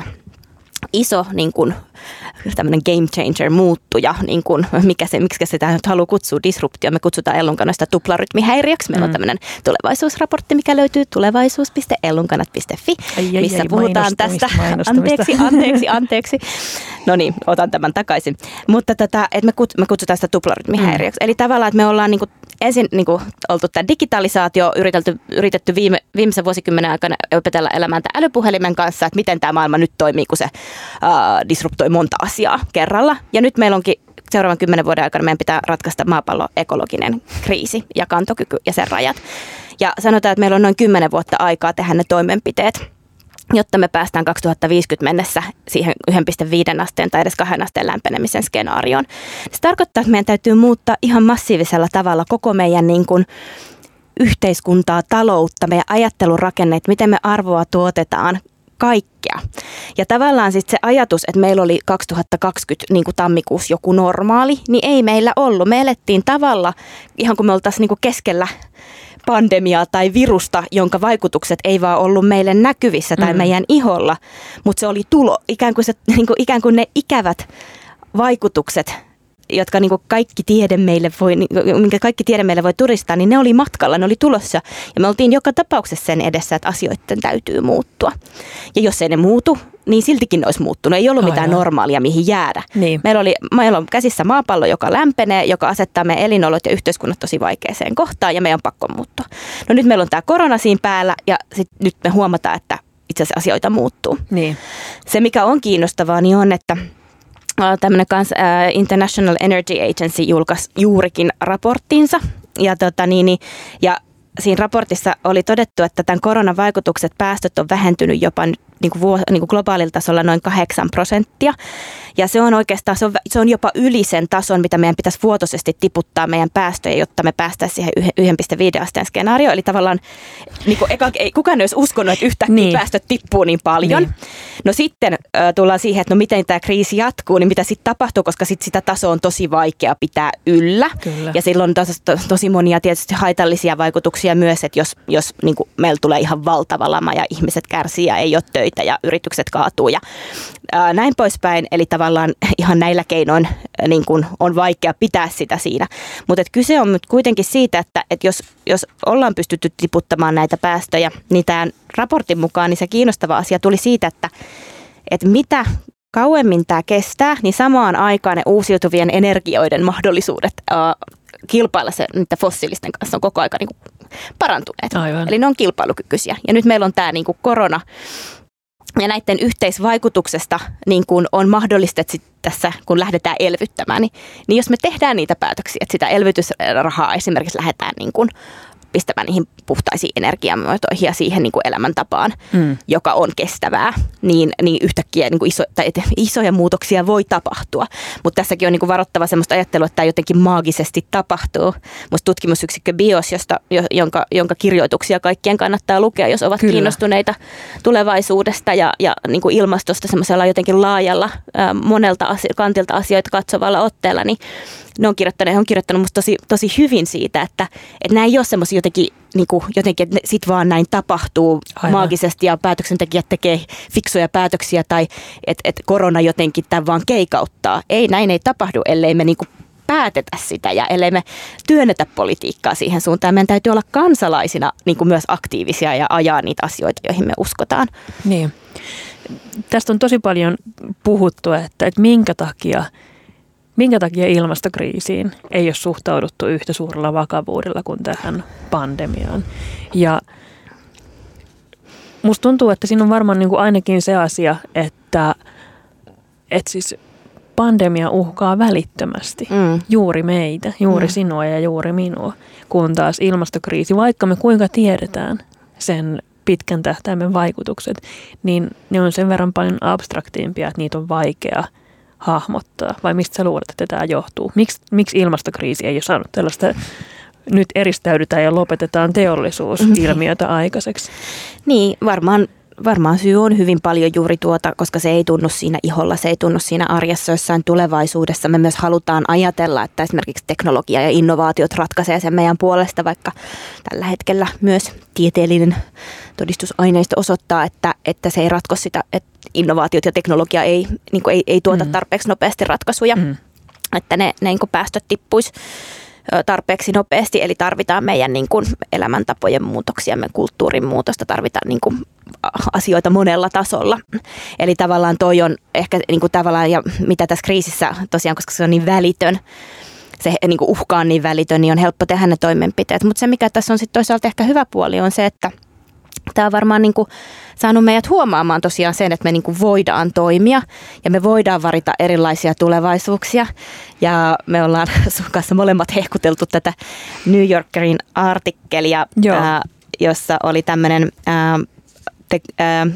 iso niin kuin, tämmöinen game changer muuttuja, niin kuin, mikä se, miksi sitä nyt haluaa kutsua disruptio. Me kutsutaan Ellunkanoista tuplarytmihäiriöksi. Meillä mm. on tämmöinen tulevaisuusraportti, mikä löytyy tulevaisuus piste ellunkanat piste fi, ai, ai, missä ai, puhutaan tästä. Anteeksi, anteeksi, anteeksi. No niin, otan tämän takaisin. Mutta tätä, että me, kut, me kutsutaan sitä tuplarytmihäiriöksi. Mm. Eli tavallaan, että me ollaan niin kuin, ensin niin kuin, oltu tämä digitalisaatio, yritetty, yritetty viime, viimeisen vuosikymmenen aikana opetella elämään tämän älypuhelimen kanssa, että miten tämä maailma nyt toimii, kun se Uh, disruptoi monta asiaa kerralla. Ja nyt meillä onkin seuraavan kymmenen vuoden aikana meidän pitää ratkaista maapallon ekologinen kriisi ja kantokyky ja sen rajat. Ja sanotaan, että meillä on noin kymmenen vuotta aikaa tehdä ne toimenpiteet, jotta me päästään kaksituhattaviisikymmentä mennessä siihen yksi pilkku viisi asteen tai edes kahden asteen lämpenemisen skenaarioon. Se tarkoittaa, että meidän täytyy muuttaa ihan massiivisella tavalla koko meidän niin kuin yhteiskuntaa, taloutta, meidän ajattelurakenneet, miten me arvoa tuotetaan, kaikkea. Ja tavallaan sitten se ajatus, että meillä oli kaksituhattakaksikymmentä niin kuin tammikuussa joku normaali, niin ei meillä ollut. Me elettiin tavalla, ihan kuin me oltaisiin niin kuin keskellä pandemiaa tai virusta, jonka vaikutukset ei vaan ollut meille näkyvissä tai mm. meidän iholla, mutta se oli tulo, ikään kuin, se, niin kuin, ikään kuin ne ikävät vaikutukset, jotka niin kuin kaikki tiede meille voi, minkä kaikki tiede meille voi turistaa, niin ne oli matkalla, ne oli tulossa. Ja me oltiin joka tapauksessa sen edessä, että asioiden täytyy muuttua. Ja jos ei ne muutu, niin siltikin ne olisi muuttunut. Ei ollut mitään Aivan. normaalia, mihin jäädä. Niin. Meillä, oli, meillä on käsissä maapallo, joka lämpenee, joka asettaa meidän elinolot ja yhteiskunnat tosi vaikeaseen kohtaan, ja meidän on pakko muuttua. No nyt meillä on tämä korona siinä päällä, ja sit nyt me huomataan, että itse asiassa asioita muuttuu. Niin. Se, mikä on kiinnostavaa, niin on, että tämmöinen kans, äh, International Energy Agency julkaisi juurikin raporttinsa ja, tota, niin, ja siinä raportissa oli todettu, että tämän koronan vaikutukset päästöt on vähentynyt jopa niin kuin vuos, niin kuin globaalilla tasolla noin kahdeksan prosenttia. Ja se on oikeastaan, se on, se on jopa yli sen tason, mitä meidän pitäisi vuotuisesti tiputtaa meidän päästöjä, jotta me päästäisiin siihen yksi pilkku viisi asteen skenaarioon. Eli tavallaan niin kuin eka, ei, kukaan ei olisi uskonut, että yhtäkkiä niin. päästöt tippuu niin paljon. Niin. No sitten äh, tullaan siihen, että no miten tämä kriisi jatkuu, niin mitä sitten tapahtuu, koska sit sitä tasoa on tosi vaikea pitää yllä. Kyllä. Ja silloin on tos, to, tosi monia tietysti haitallisia vaikutuksia myös, että jos, jos niin kuin meillä tulee ihan valtava lama ja ihmiset kärsii ja ei ole töitä ja yritykset kaatuu ja ää, näin poispäin. Eli tavallaan ihan näillä keinoin niin kuin on vaikea pitää sitä siinä. Mutta kyse on nyt kuitenkin siitä, että, että jos, jos ollaan pystytty tiputtamaan näitä päästöjä, niin tämän raportin mukaan niin se kiinnostava asia tuli siitä, että, että mitä kauemmin tämä kestää, niin samaan aikaan ne uusiutuvien energioiden mahdollisuudet ää, kilpailla se, niitä fossiilisten kanssa on koko ajan niin kuin parantuneet. Aivan. Eli ne on kilpailukykyisiä. Ja nyt meillä on tämä niin kuin korona ja näiden yhteisvaikutuksesta niin kuin on mahdollista, että sit tässä kun lähdetään elvyttämään, niin, niin jos me tehdään niitä päätöksiä, että sitä elvytysrahaa esimerkiksi lähdetään niin kuin pistämään niihin puhtaisiin energiamuotoihin ja siihen niin kuin elämäntapaan, mm. joka on kestävää, niin, niin yhtäkkiä niin kuin iso, tai isoja muutoksia voi tapahtua. Mutta tässäkin on niin kuin varoittava sellaista ajattelua, että tämä jotenkin maagisesti tapahtuu. Musta tutkimusyksikkö BIOS, josta, jonka, jonka kirjoituksia kaikkien kannattaa lukea, jos ovat Kyllä. kiinnostuneita tulevaisuudesta ja, ja niin kuin ilmastosta semmoisella jotenkin laajalla, ää, monelta asio- kantilta asioita katsovalla otteella, niin ne on kirjoittanut, on kirjoittanut musta tosi, tosi hyvin siitä, että, että nämä ei ole semmoisia jotenkin, niin kuin, jotenkin, että sit vaan näin tapahtuu Aivan. maagisesti ja päätöksentekijät tekee fiksuja päätöksiä tai että, että korona jotenkin tämän vaan keikauttaa. Ei, näin ei tapahdu, ellei me niin kuin päätetä sitä ja ellei me työnnetä politiikkaa siihen suuntaan. Meidän täytyy olla kansalaisina niin kuin myös aktiivisia ja ajaa niitä asioita, joihin me uskotaan. Niin. Tästä on tosi paljon puhuttu, että, että minkä takia Minkä takia ilmastokriisiin ei ole suhtauduttu yhtä suurella vakavuudella kuin tähän pandemiaan? Ja musta tuntuu, että siinä on varmaan niin kuin ainakin se asia, että, että siis pandemia uhkaa välittömästi mm. juuri meitä, juuri mm. sinua ja juuri minua, kun taas ilmastokriisi, vaikka me kuinka tiedetään sen pitkän tähtäimen vaikutukset, niin ne on sen verran paljon abstraktiimpia, että niitä on vaikea hahmottaa, vai mistä sä luulet, että tämä johtuu? Miks, miksi ilmastokriisi ei ole saanut tällaista, nyt eristäydytään ja lopetetaan teollisuusilmiötä aikaiseksi? Niin, varmaan, varmaan syy on hyvin paljon juuri tuota, koska se ei tunnu siinä iholla, se ei tunnu siinä arjessa jossain tulevaisuudessa. Me myös halutaan ajatella, että esimerkiksi teknologia ja innovaatiot ratkaisee sen meidän puolesta, vaikka tällä hetkellä myös tieteellinen todistusaineisto osoittaa, että, että se ei ratko sitä, että innovaatiot ja teknologia ei, niin kuin ei, ei tuota tarpeeksi nopeasti ratkaisuja, mm. että ne, ne niin kuin päästöt tippuisi tarpeeksi nopeasti, eli tarvitaan meidän niin kuin elämäntapojen muutoksia, meidän kulttuurin muutosta, tarvitaan niin kuin asioita monella tasolla. Eli tavallaan toi on ehkä niin kuin tavallaan, ja mitä tässä kriisissä tosiaan, koska se on niin välitön, se niin kuin uhka on niin välitön, niin on helppo tehdä ne toimenpiteet. Mutta se, mikä tässä on sitten toisaalta ehkä hyvä puoli, on se, että tämä on varmaan niin kuin saanut meidät huomaamaan tosiaan sen, että me niin kuin voidaan toimia ja me voidaan varita erilaisia tulevaisuuksia. Ja me ollaan sun kanssa molemmat hehkuteltu tätä New Yorkerin artikkelia, ää, jossa oli tämmöinen ää, te, ää,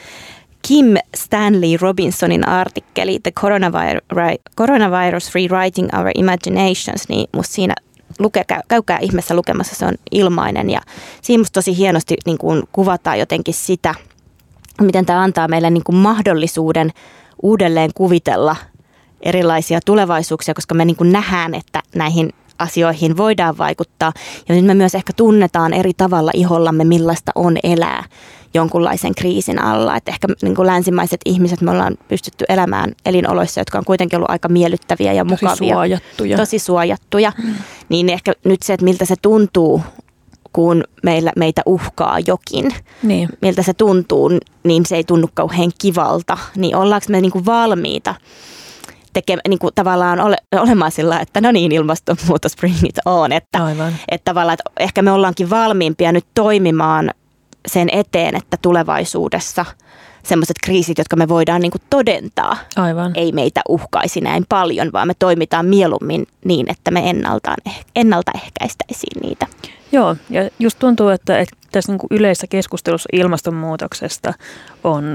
Kim Stanley Robinsonin artikkeli The Coronavirus, Coronavirus Rewriting Our Imaginations, niin musta siinä Luke, käykää ihmeessä lukemassa, se on ilmainen ja siinä musta tosi hienosti niin kuin kuvataan jotenkin sitä, miten tämä antaa meille niin kuin mahdollisuuden uudelleen kuvitella erilaisia tulevaisuuksia, koska me niin kuin nähdään, että näihin asioihin voidaan vaikuttaa ja nyt me myös ehkä tunnetaan eri tavalla ihollamme, millaista on elää jonkunlaisen kriisin alla. Että ehkä niin kuin länsimaiset ihmiset me ollaan pystytty elämään elinoloissa, jotka on kuitenkin ollut aika miellyttäviä ja mukavia. Tosi suojattuja. Tosi suojattuja. Mm. Niin ehkä nyt se, että miltä se tuntuu, kun meillä, meitä uhkaa jokin, niin. miltä se tuntuu, niin se ei tunnu kauhean kivalta. Niin ollaanko me niin kuin valmiita tekemään, niin kuin tavallaan ole, olemaan sillä, että no niin, ilmastonmuutos, bring it on. Että, että tavallaan, että ehkä me ollaankin valmiimpia nyt toimimaan sen eteen, että tulevaisuudessa sellaiset kriisit, jotka me voidaan niin kuin todentaa, Aivan. ei meitä uhkaisi näin paljon, vaan me toimitaan mieluummin niin, että me ennaltaan, ennaltaehkäistäisiin niitä. Joo, ja just tuntuu, että, että tässä niin kuin yleisessä keskustelussa ilmastonmuutoksesta on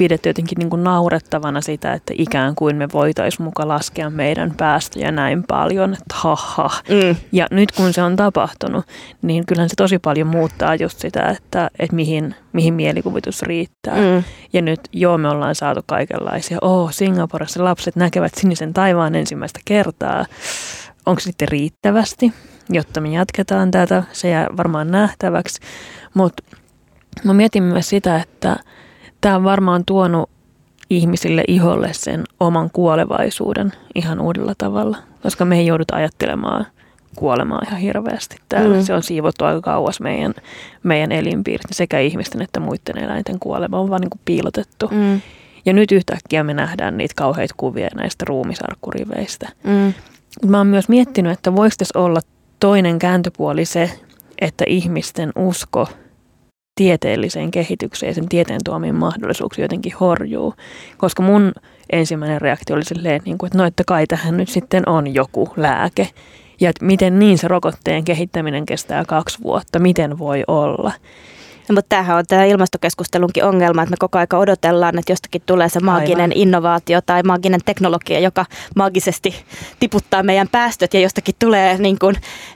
pidetty jotenkin niin kuin naurettavana sitä, että ikään kuin me voitaisiin muka laskea meidän päästöjä näin paljon, että haha. Mm. Ja nyt kun se on tapahtunut, niin kyllähän se tosi paljon muuttaa just sitä, että, että mihin, mihin mielikuvitus riittää. Mm. Ja nyt joo, me ollaan saatu kaikenlaisia, oh, Singaporessa lapset näkevät sinisen taivaan ensimmäistä kertaa. Onko se sitten riittävästi, jotta me jatketaan tätä? Se jää varmaan nähtäväksi, mutta mä mietin myös sitä, että tämä on varmaan tuonut ihmisille iholle sen oman kuolevaisuuden ihan uudella tavalla, koska me ei jouduta ajattelemaan kuolemaa ihan hirveästi täällä. Mm. Se on siivottu aika kauas meidän, meidän elinpiiristä, sekä ihmisten että muiden eläinten kuolema on vaan niin kuin piilotettu. Mm. Ja nyt yhtäkkiä me nähdään niitä kauheita kuvia näistä ruumisarkkuriveistä. Mm. Mä oon myös miettinyt, että voiko tässä olla toinen kääntöpuoli se, että ihmisten usko tieteelliseen kehitykseen ja sen tieteen tuomiin mahdollisuuksiin jotenkin horjuu. Koska mun ensimmäinen reaktio oli silleen, että no, että kai tähän nyt sitten on joku lääke. Ja että miten niin se rokotteen kehittäminen kestää kaksi vuotta, miten voi olla. No, mutta tämähän on tämä ilmastokeskustelunkin ongelma, että me koko aika odotellaan, että jostakin tulee se maaginen Aivan. innovaatio tai maaginen teknologia, joka maagisesti tiputtaa meidän päästöt ja jostakin tulee niin kuin,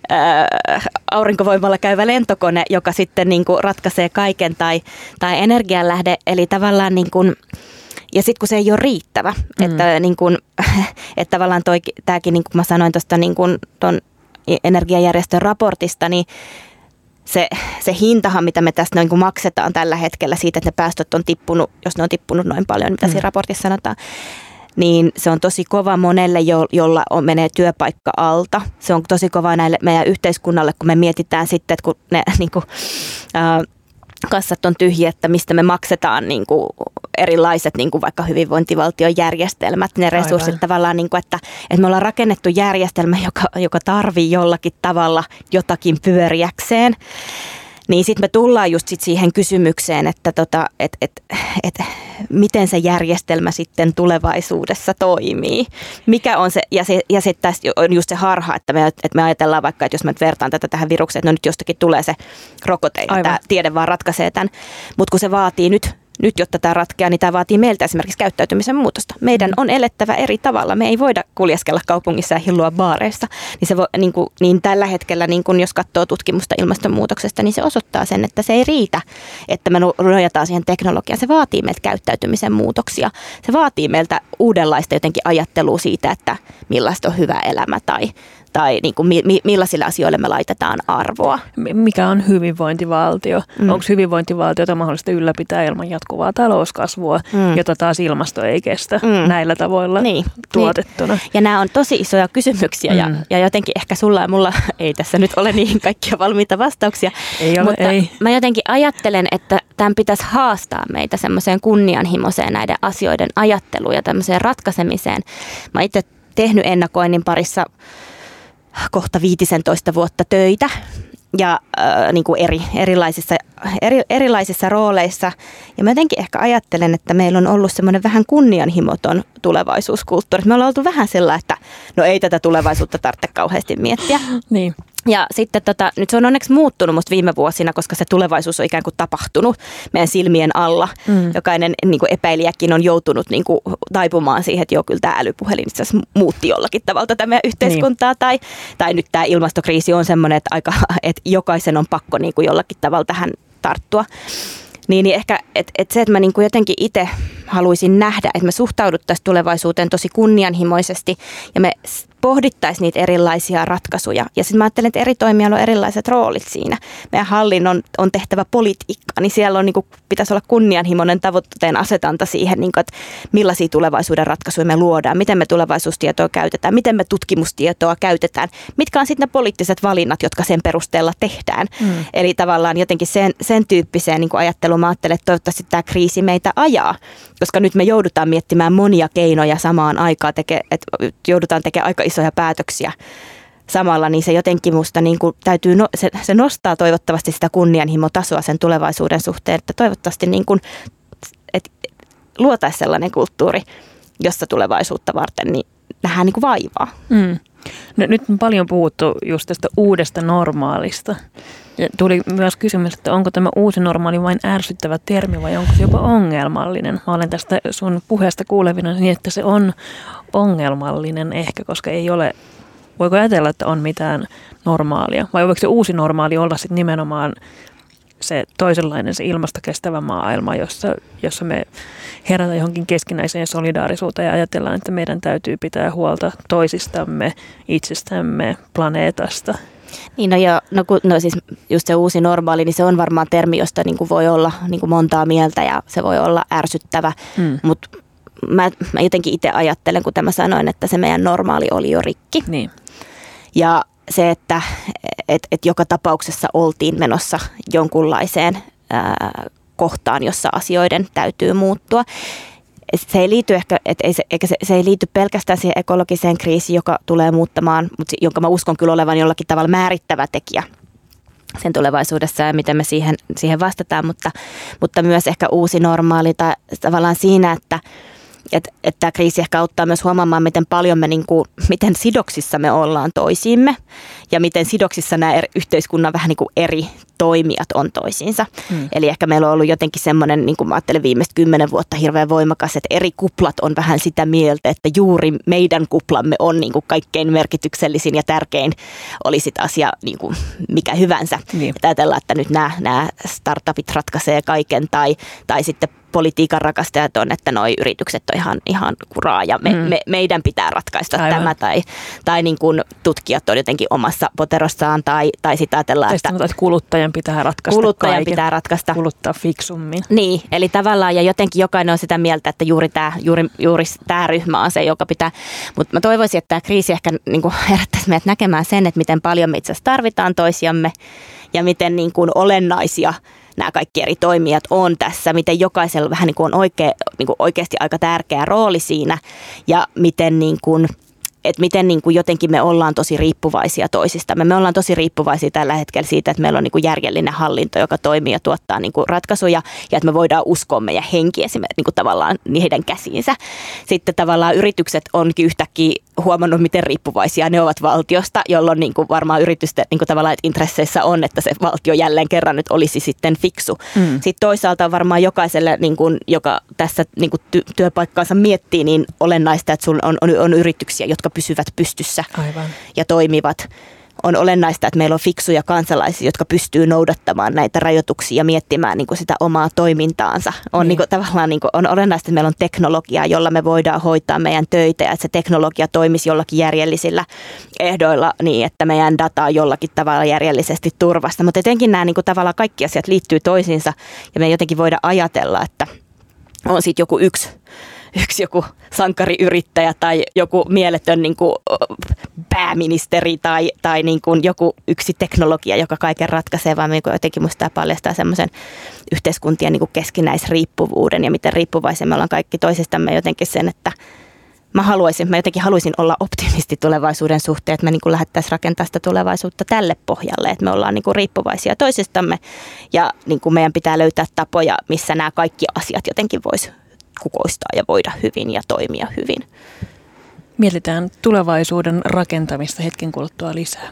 äh, aurinkovoimalla käyvä lentokone, joka sitten niin kuin ratkaisee kaiken tai, tai energianlähde. Eli tavallaan niin kuin, ja sitten kun se ei ole riittävä, mm. että, niin kuin, että tavallaan toi, tämäkin, niin kuin mä sanoin tuosta niin kuin ton energiajärjestön raportista, niin Se, se hintahan, mitä me tästä noin kuin maksetaan tällä hetkellä siitä, että ne päästöt on tippunut, jos ne on tippunut noin paljon, mitä mm. siinä raportissa sanotaan, niin se on tosi kova monelle, jo, jolla on, menee työpaikka alta. Se on tosi kova näille meidän yhteiskunnalle, kun me mietitään sitten, että kun ne niin kuin, äh, kassat on tyhjiä, että mistä me maksetaan niin kuin erilaiset niin kuin vaikka hyvinvointivaltion järjestelmät, ne resurssit Aivan. tavallaan, niin kuin, että, että me ollaan rakennettu järjestelmä, joka, joka tarvii jollakin tavalla jotakin pyöriäkseen. Niin sitten me tullaan just sit siihen kysymykseen, että tota, et, et, et, miten se järjestelmä sitten tulevaisuudessa toimii. Mikä on se, ja, se, ja sitten tästä on just se harha, että me, että me ajatellaan vaikka, että jos mä nyt vertaan tätä tähän virukseen, että no nyt jostakin tulee se rokote ja tämä tiede vaan ratkaisee tämän. Mutta kun se vaatii nyt, nyt, jotta tämä ratkeaa, niin tämä vaatii meiltä esimerkiksi käyttäytymisen muutosta. Meidän on elettävä eri tavalla. Me ei voida kuljeskella kaupungissa ja hillua baareissa. Niin, se voi, niin, kuin, niin tällä hetkellä, niin kun jos katsoo tutkimusta ilmastonmuutoksesta, niin se osoittaa sen, että se ei riitä, että me nojataan siihen teknologiaan. Se vaatii meiltä käyttäytymisen muutoksia. Se vaatii meiltä uudenlaista jotenkin ajattelua siitä, että millaista on hyvä elämä tai tai niin kuin, mi- millaisille asioille me laitetaan arvoa. Mikä on hyvinvointivaltio? Mm. Onko hyvinvointivaltiota mahdollista ylläpitää ilman jatkuvaa talouskasvua, mm. jota taas ilmasto ei kestä mm. näillä tavoilla niin. tuotettuna? Niin. Ja nämä on tosi isoja kysymyksiä mm. ja, ja jotenkin ehkä sulla ja mulla ei tässä nyt ole niihin kaikkia valmiita vastauksia. Ei ole, mutta ei. Mä jotenkin ajattelen, että tämän pitäisi haastaa meitä semmoiseen kunnianhimoiseen näiden asioiden ajatteluun ja tämmöiseen ratkaisemiseen. Mä itse tehnyt ennakoinnin parissa kohta viitisentoista vuotta töitä ja äh, niin kuin eri, erilaisissa, eri, erilaisissa rooleissa. Ja mä jotenkin ehkä ajattelen, että meillä on ollut semmoinen vähän kunnianhimoton tulevaisuuskulttuuri. Me ollaan oltu vähän sellainen, että no ei tätä tulevaisuutta tarvitse kauheasti miettiä. Niin. Ja sitten tota, nyt se on onneksi muuttunut musta viime vuosina, koska se tulevaisuus on ikään kuin tapahtunut meidän silmien alla. Mm. Jokainen niin kuin epäilijäkin on joutunut niin kuin taipumaan siihen, että joo, kyllä tämä älypuhelin itse asiassa muutti jollakin tavalla tätä meidän yhteiskuntaa. Niin. Tai, tai nyt tämä ilmastokriisi on semmoinen, että, aika, että jokaisen on pakko niin kuin jollakin tavalla tähän tarttua. Niin, niin ehkä et, et se, että mä niinku jotenkin itse haluaisin nähdä, että me suhtauduttaisiin tulevaisuuteen tosi kunnianhimoisesti ja me pohdittaisiin niitä erilaisia ratkaisuja. Ja sitten mä ajattelen, että eri toimijoilla on erilaiset roolit siinä. Meidän hallinnon on tehtävä politiikkaa, niin siellä on, niinku, pitäisi olla kunnianhimoinen tavoitteen asetanta siihen, niinku, että millaisia tulevaisuuden ratkaisuja me luodaan, miten me tulevaisuustietoa käytetään, miten me tutkimustietoa käytetään, mitkä on sitten ne poliittiset valinnat, jotka sen perusteella tehdään. Mm. Eli tavallaan jotenkin sen, sen tyyppiseen niinku ajatteluun mä ajattelen, että toivottavasti tämä kriisi meitä ajaa, koska nyt me joudutaan miettimään monia keinoja samaan aikaan, teke, että joudutaan tekemään aika isoja päätöksiä samalla, niin se jotenkin musta niin kuin täytyy, no, se, se nostaa toivottavasti sitä kunnianhimotasoa sen tulevaisuuden suhteen, että toivottavasti niin kuin, että luotaisiin sellainen kulttuuri, jossa tulevaisuutta varten niin nähdään niin kuin vaivaa. Mm. No, nyt on paljon puhuttu just tästä uudesta normaalista. Ja tuli myös kysymys, että onko tämä uusi normaali vain ärsyttävä termi vai onko se jopa ongelmallinen. Mä olen tästä sun puheesta kuulevina niin, että se on ongelmallinen ehkä, koska ei ole, voiko ajatella, että on mitään normaalia? Vai voiko se uusi normaali olla sitten nimenomaan se toisenlainen, se ilmastokestävä maailma, jossa, jossa me herätään johonkin keskinäiseen solidaarisuuteen ja ajatellaan, että meidän täytyy pitää huolta toisistamme, itsestämme, planeetasta. Niin no, ja, no, no siis just se uusi normaali, niin se on varmaan termi, josta niin kuin voi olla niin kuin montaa mieltä ja se voi olla ärsyttävä, mm. mutta mä, mä jotenkin itse ajattelen, kun mä sanoin, että se meidän normaali oli jo rikki. Niin. Ja se, että et, et joka tapauksessa oltiin menossa jonkunlaiseen ää, kohtaan, jossa asioiden täytyy muuttua. Se ei liity ehkä, et ei se, eikä se, se ei liity pelkästään siihen ekologiseen kriisiin, joka tulee muuttamaan, mutta jonka mä uskon kyllä olevan jollakin tavalla määrittävä tekijä sen tulevaisuudessa ja miten me siihen, siihen vastataan, mutta, mutta myös ehkä uusi normaali tai tavallaan siinä, että Että et tämä kriisi ehkä auttaa myös huomaamaan, miten paljon me, niin kuin, miten sidoksissa me ollaan toisiimme ja miten sidoksissa nämä eri, yhteiskunnan vähän niin kuin eri toimijat on toisiinsa. Hmm. Eli ehkä meillä on ollut jotenkin semmoinen, niin kuin mä ajattelen viimeistä kymmenen vuotta hirveän voimakas, että eri kuplat on vähän sitä mieltä, että juuri meidän kuplamme on niin kuin kaikkein merkityksellisin ja tärkein, oli sit asia niin kuin mikä hyvänsä. Niin. Että ajatellaan, että nyt nämä, nämä startupit ratkaisee kaiken tai, tai sitten politiikan rakastajat on, että noi yritykset on ihan, ihan kuraa ja me, mm. me, meidän pitää ratkaista Aivan. tämä. Tai, tai niin kuin tutkijat on jotenkin omassa poterossaan tai, tai sitten ajatellaan, tai että, sanotaan, että kuluttajan pitää ratkaista kuluttajan kaiken. pitää ratkaista. Kuluttaa fiksummin. Niin, eli tavallaan ja jotenkin jokainen on sitä mieltä, että juuri tämä, juuri, juuri tämä ryhmä on se, joka pitää. Mutta mä toivoisin, että tämä kriisi ehkä niin kuin herättäisi meidät näkemään sen, että miten paljon me itse asiassa tarvitaan toisiamme ja miten niin kuin olennaisia nämä kaikki eri toimijat on tässä, miten jokaisella vähän niin kuin on oikea, niin kuin oikeasti aika tärkeä rooli siinä ja miten, niin kuin, että miten niin kuin jotenkin me ollaan tosi riippuvaisia toisistamme. Me ollaan tosi riippuvaisia tällä hetkellä siitä, että meillä on niin kuin järjellinen hallinto, joka toimii ja tuottaa niin kuin ratkaisuja ja että me voidaan uskoa meidän henki esimerkiksi niin kuin tavallaan heidän käsiinsä. Sitten tavallaan yritykset onkin yhtäkkiä huomannut, miten riippuvaisia ne ovat valtiosta, jolloin niin kuin varmaan yritysten niin kuin tavallaan että intresseissä on, että se valtio jälleen kerran nyt olisi sitten fiksu. Mm. Sitten toisaalta on varmaan jokaiselle, niin kuin, joka tässä niin kuin ty- työpaikkaansa miettii, niin olennaista, että sulla on, on, on yrityksiä, jotka pysyvät pystyssä Aivan. ja toimivat. On olennaista, että meillä on fiksuja kansalaisia, jotka pystyy noudattamaan näitä rajoituksia ja miettimään niin kuin sitä omaa toimintaansa. On, niin. Niin kuin, tavallaan, niin kuin, on olennaista, että meillä on teknologiaa, jolla me voidaan hoitaa meidän töitä ja että se teknologia toimisi jollakin järjellisillä ehdoilla niin, että meidän data on jollakin tavalla järjellisesti turvasta. Mutta etenkin nämä niin kuin, tavallaan kaikki asiat liittyy toisiinsa ja me jotenkin voidaan ajatella, että on sitten joku yksi yksi joku sankariyrittäjä tai joku mieletön niin kuin pääministeri tai, tai niin kuin joku yksi teknologia, joka kaiken ratkaisee, vaan jotenkin musta tämä paljastaa semmoisen yhteiskuntien niin kuin keskinäisriippuvuuden ja miten riippuvaisia me ollaan kaikki toisistamme jotenkin sen, että mä haluaisin, mä jotenkin haluaisin olla optimisti tulevaisuuden suhteen, että me niin kuin lähdettäisiin rakentamaan sitä tulevaisuutta tälle pohjalle, että me ollaan niin kuin riippuvaisia toisistamme ja niin kuin meidän pitää löytää tapoja, missä nämä kaikki asiat jotenkin voisi kukoistaa ja voida hyvin ja toimia hyvin. Mietitään tulevaisuuden rakentamista hetken kuluttua lisää.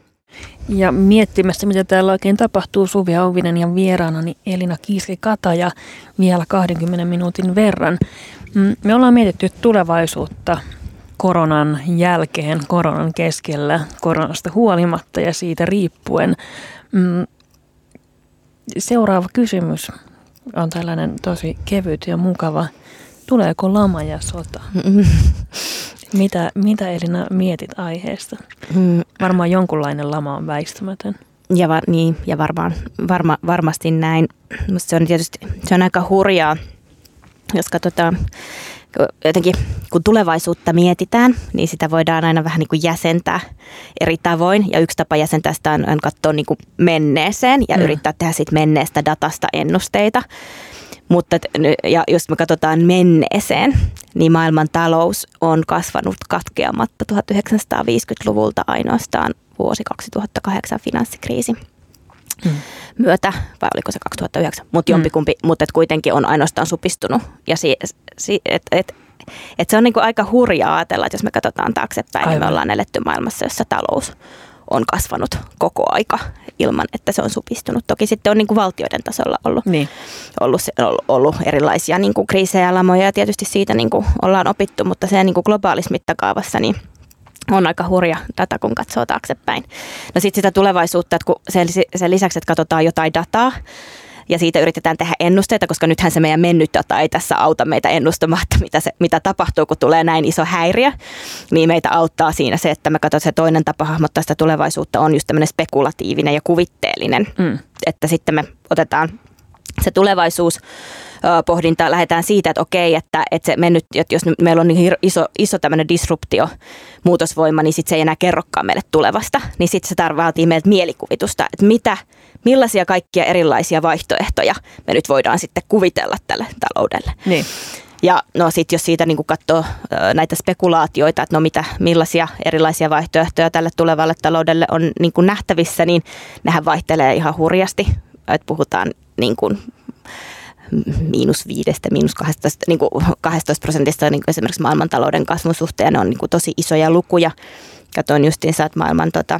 Ja miettimässä, mitä täällä oikein tapahtuu, Suvi Auvinen ja vieraanani Elina Kiiski-Kataja vielä kahdenkymmenen minuutin verran. Me ollaan mietitty tulevaisuutta koronan jälkeen, koronan keskellä, koronasta huolimatta ja siitä riippuen. Seuraava kysymys on tällainen tosi kevyt ja mukava. Tuleeko lama ja sota? Mitä, mitä Elina mietit aiheesta? Varmaan jonkunlainen lama on väistämätön. Ja, va, niin, ja varmaan, varma, varmasti näin. Musta se on tietysti se on aika hurjaa, jos katsotaan, jotenkin kun tulevaisuutta mietitään, niin sitä voidaan aina vähän niin kuin jäsentää eri tavoin. Ja yksi tapa jäsentää sitä on, on katsoa niin kuin menneeseen ja mm. yrittää tehdä siitä menneestä datasta ennusteita. Mutta ja jos me katsotaan menneeseen, niin maailman talous on kasvanut katkeamatta tuhatyhdeksänsataaviisikymmentäluvulta ainoastaan vuosi kaksituhattakahdeksan finanssikriisi hmm. myötä, vai oliko se kaksituhattayhdeksän, mutta jompikumpi, hmm. mutta kuitenkin on ainoastaan supistunut. Ja si, si, et, et, et se on niinku aika hurjaa ajatella, että jos me katsotaan taaksepäin, Aivan. niin me ollaan eletty maailmassa, jossa talous on kasvanut koko aika ilman, että se on supistunut. Toki sitten on niin kuin valtioiden tasolla ollut, niin. ollut, ollut erilaisia niin kuin kriisejä ja lamoja ja tietysti siitä niin kuin ollaan opittu, mutta se niin kuin globaalissa mittakaavassa niin on aika hurja data, kun katsoo taaksepäin. No sitten sitä tulevaisuutta, että kun sen, sen lisäksi, että katsotaan jotain dataa, ja siitä yritetään tehdä ennusteita, koska nythän se meidän mennyt data ei tässä auta meitä ennustamaan, että mitä, se, mitä tapahtuu, kun tulee näin iso häiriö. Niin meitä auttaa siinä se, että me katsotaan, se toinen tapa hahmottaa sitä tulevaisuutta on just tämmöinen spekulatiivinen ja kuvitteellinen. Mm. Että sitten me otetaan se tulevaisuus pohdinta, lähdetään siitä, että okei, että, että se mennyt, että jos meillä on niin iso, iso tämmöinen disruptio, muutosvoima, niin sitten se ei enää kerrokaan meille tulevasta. Niin sitten se tarvitsee meiltä mielikuvitusta, että mitä, millaisia kaikkia erilaisia vaihtoehtoja me nyt voidaan sitten kuvitella tälle taloudelle. Niin. Ja no sitten jos siitä niin kuin katsoo näitä spekulaatioita, että no mitä, millaisia erilaisia vaihtoehtoja tälle tulevalle taloudelle on niin kuin nähtävissä, niin nehän vaihtelee ihan hurjasti. Että puhutaan niin kuin miinus viidestä, miinus kaksitoista, niin kuin kaksitoista prosentista niin kuin esimerkiksi maailmantalouden kasvun suhteen. Ne on niin kuin tosi isoja lukuja. Katoin justiinsa, että maailman tota,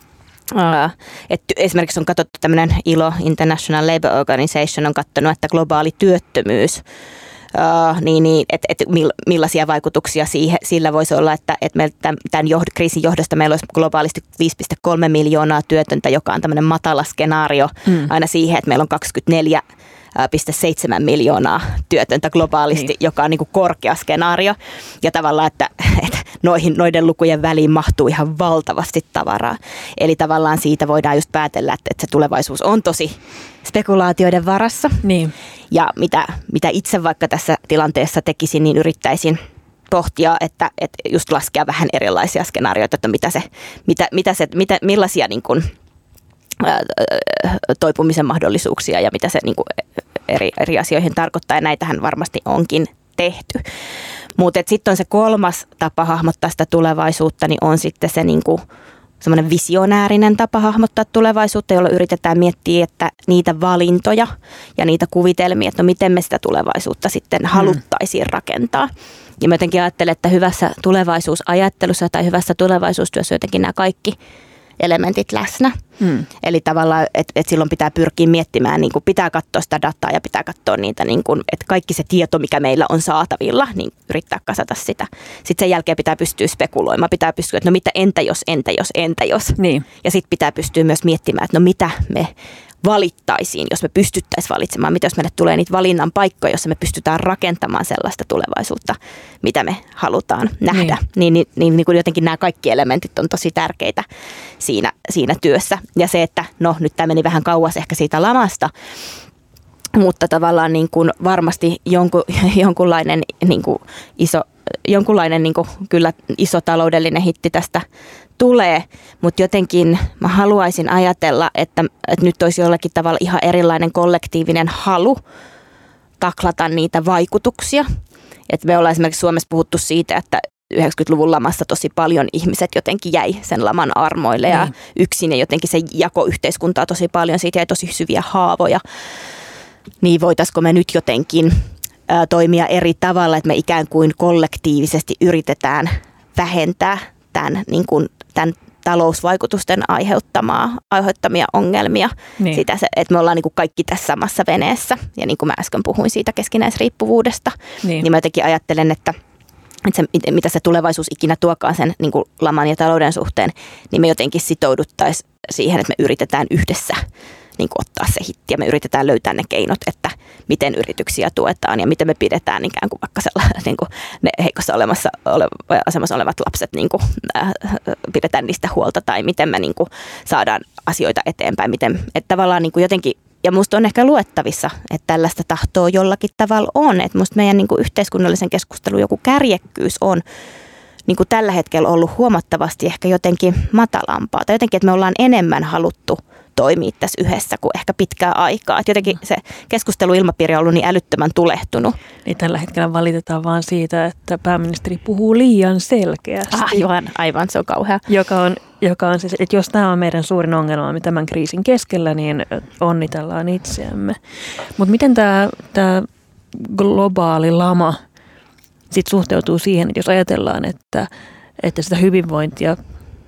että esimerkiksi on katsottu tämmöinen I L O, International Labour Organization, on katsonut, että globaali työttömyys, Uh, niin, niin, että et millaisia vaikutuksia siihen, sillä voisi olla, että et meillä tämän, tämän johd, kriisin johdosta meillä olisi globaalisti viisi pilkku kolme miljoonaa työtöntä, joka on tämmöinen matala skenaario mm. aina siihen, että meillä on kaksikymmentäneljä pilkku seitsemän miljoonaa työtöntä globaalisti, niin. joka on niin kuin korkea skenaario. Ja tavallaan, että, että noihin, noiden lukujen väliin mahtuu ihan valtavasti tavaraa. Eli tavallaan siitä voidaan just päätellä, että, että se tulevaisuus on tosi spekulaatioiden varassa. Niin. Ja mitä, mitä itse vaikka tässä tilanteessa tekisin, niin yrittäisin pohtia, että, että just laskea vähän erilaisia skenaarioita, että mitä se, mitä, mitä se, mitä, millaisia niin kuin, ää, toipumisen mahdollisuuksia ja mitä se niin kuin eri, eri asioihin tarkoittaa. Ja näitähän varmasti onkin tehty. Mutta sitten on se kolmas tapa hahmottaa sitä tulevaisuutta, niin on sitten se niin kuin semmoinen visionäärinen tapa hahmottaa tulevaisuutta, jolla yritetään miettiä, että niitä valintoja ja niitä kuvitelmia, että no miten me sitä tulevaisuutta sitten haluttaisiin rakentaa. Ja mä jotenkin ajattelen, että hyvässä tulevaisuusajattelussa tai hyvässä tulevaisuustyössä jotenkin nämä kaikki elementit läsnä. Hmm. Eli tavallaan, että et silloin pitää pyrkiä miettimään, niin kuin pitää katsoa sitä dataa ja pitää katsoa niitä, niin kuin, että kaikki se tieto, mikä meillä on saatavilla, niin yrittää kasata sitä. Sitten sen jälkeen pitää pystyä spekuloimaan, pitää pystyä, että no mitä entä jos, entä jos, entä jos. Niin. Ja sitten pitää pystyä myös miettimään, että no mitä me valittaisiin, jos me pystyttäisiin valitsemaan, mitä jos meille tulee niitä valinnan paikkoja, jossa me pystytään rakentamaan sellaista tulevaisuutta, mitä me halutaan nähdä. Niin, niin, niin, niin kuin jotenkin nämä kaikki elementit on tosi tärkeitä siinä, siinä työssä. Ja se, että no nyt tämä meni vähän kauas ehkä siitä lamasta, mutta tavallaan niin kuin varmasti jonkun, jonkunlainen niin kuin iso, jonkunlainen niin kuin kyllä iso taloudellinen hitti tästä tulee, mutta jotenkin mä haluaisin ajatella, että, että nyt olisi jollakin tavalla ihan erilainen kollektiivinen halu taklata niitä vaikutuksia. Että me ollaan esimerkiksi Suomessa puhuttu siitä, että yhdeksänkymmentäluvun lamassa tosi paljon ihmiset jotenkin jäi sen laman armoille ja mm. yksin ja jotenkin se jako yhteiskuntaa tosi paljon, siitä jäi tosi syviä haavoja. Niin voitaisiko me nyt jotenkin ää, toimia eri tavalla, että me ikään kuin kollektiivisesti yritetään vähentää tämän, niin kuin, tämän talousvaikutusten aiheuttamaa, aiheuttamia ongelmia. Niin. Sitä, että me ollaan niin kuin kaikki tässä samassa veneessä. Ja niin kuin mä äsken puhuin siitä keskinäisriippuvuudesta, niin, niin mä jotenkin ajattelen, että, että se, mitä se tulevaisuus ikinä tuokaan sen niin kuin laman ja talouden suhteen, niin me jotenkin sitouduttaisiin siihen, että me yritetään yhdessä niin kuin ottaa se hitti ja me yritetään löytää ne keinot, että miten yrityksiä tuetaan ja miten me pidetään ikään kuin vaikka sellainen, niin kuin ne heikossa olemassa, ole, asemassa olevat lapset, niin kuin, äh, pidetään niistä huolta tai miten me niin kuin saadaan asioita eteenpäin. Miten, että tavallaan niin kuin jotenkin, ja musta on ehkä luettavissa, että tällaista tahtoa jollakin tavalla on, että musta meidän niin kuin yhteiskunnallisen keskustelun joku kärjekkyys on niin kuin tällä hetkellä ollut huomattavasti ehkä jotenkin matalampaa tai jotenkin, että me ollaan enemmän haluttu toimii tässä yhdessä kuin ehkä pitkää aikaa. Et jotenkin se keskusteluilmapiiri on ollut niin älyttömän tulehtunut. Niin tällä hetkellä valitetaan vaan siitä, että pääministeri puhuu liian selkeästi. Aivan, aivan, se on kauhea. Joka on, joka on siis, että jos tämä on meidän suurin ongelma tämän kriisin keskellä, niin onnitellaan itseämme. Mutta miten tämä, tämä globaali lama sit suhteutuu siihen, että jos ajatellaan, että, että sitä hyvinvointia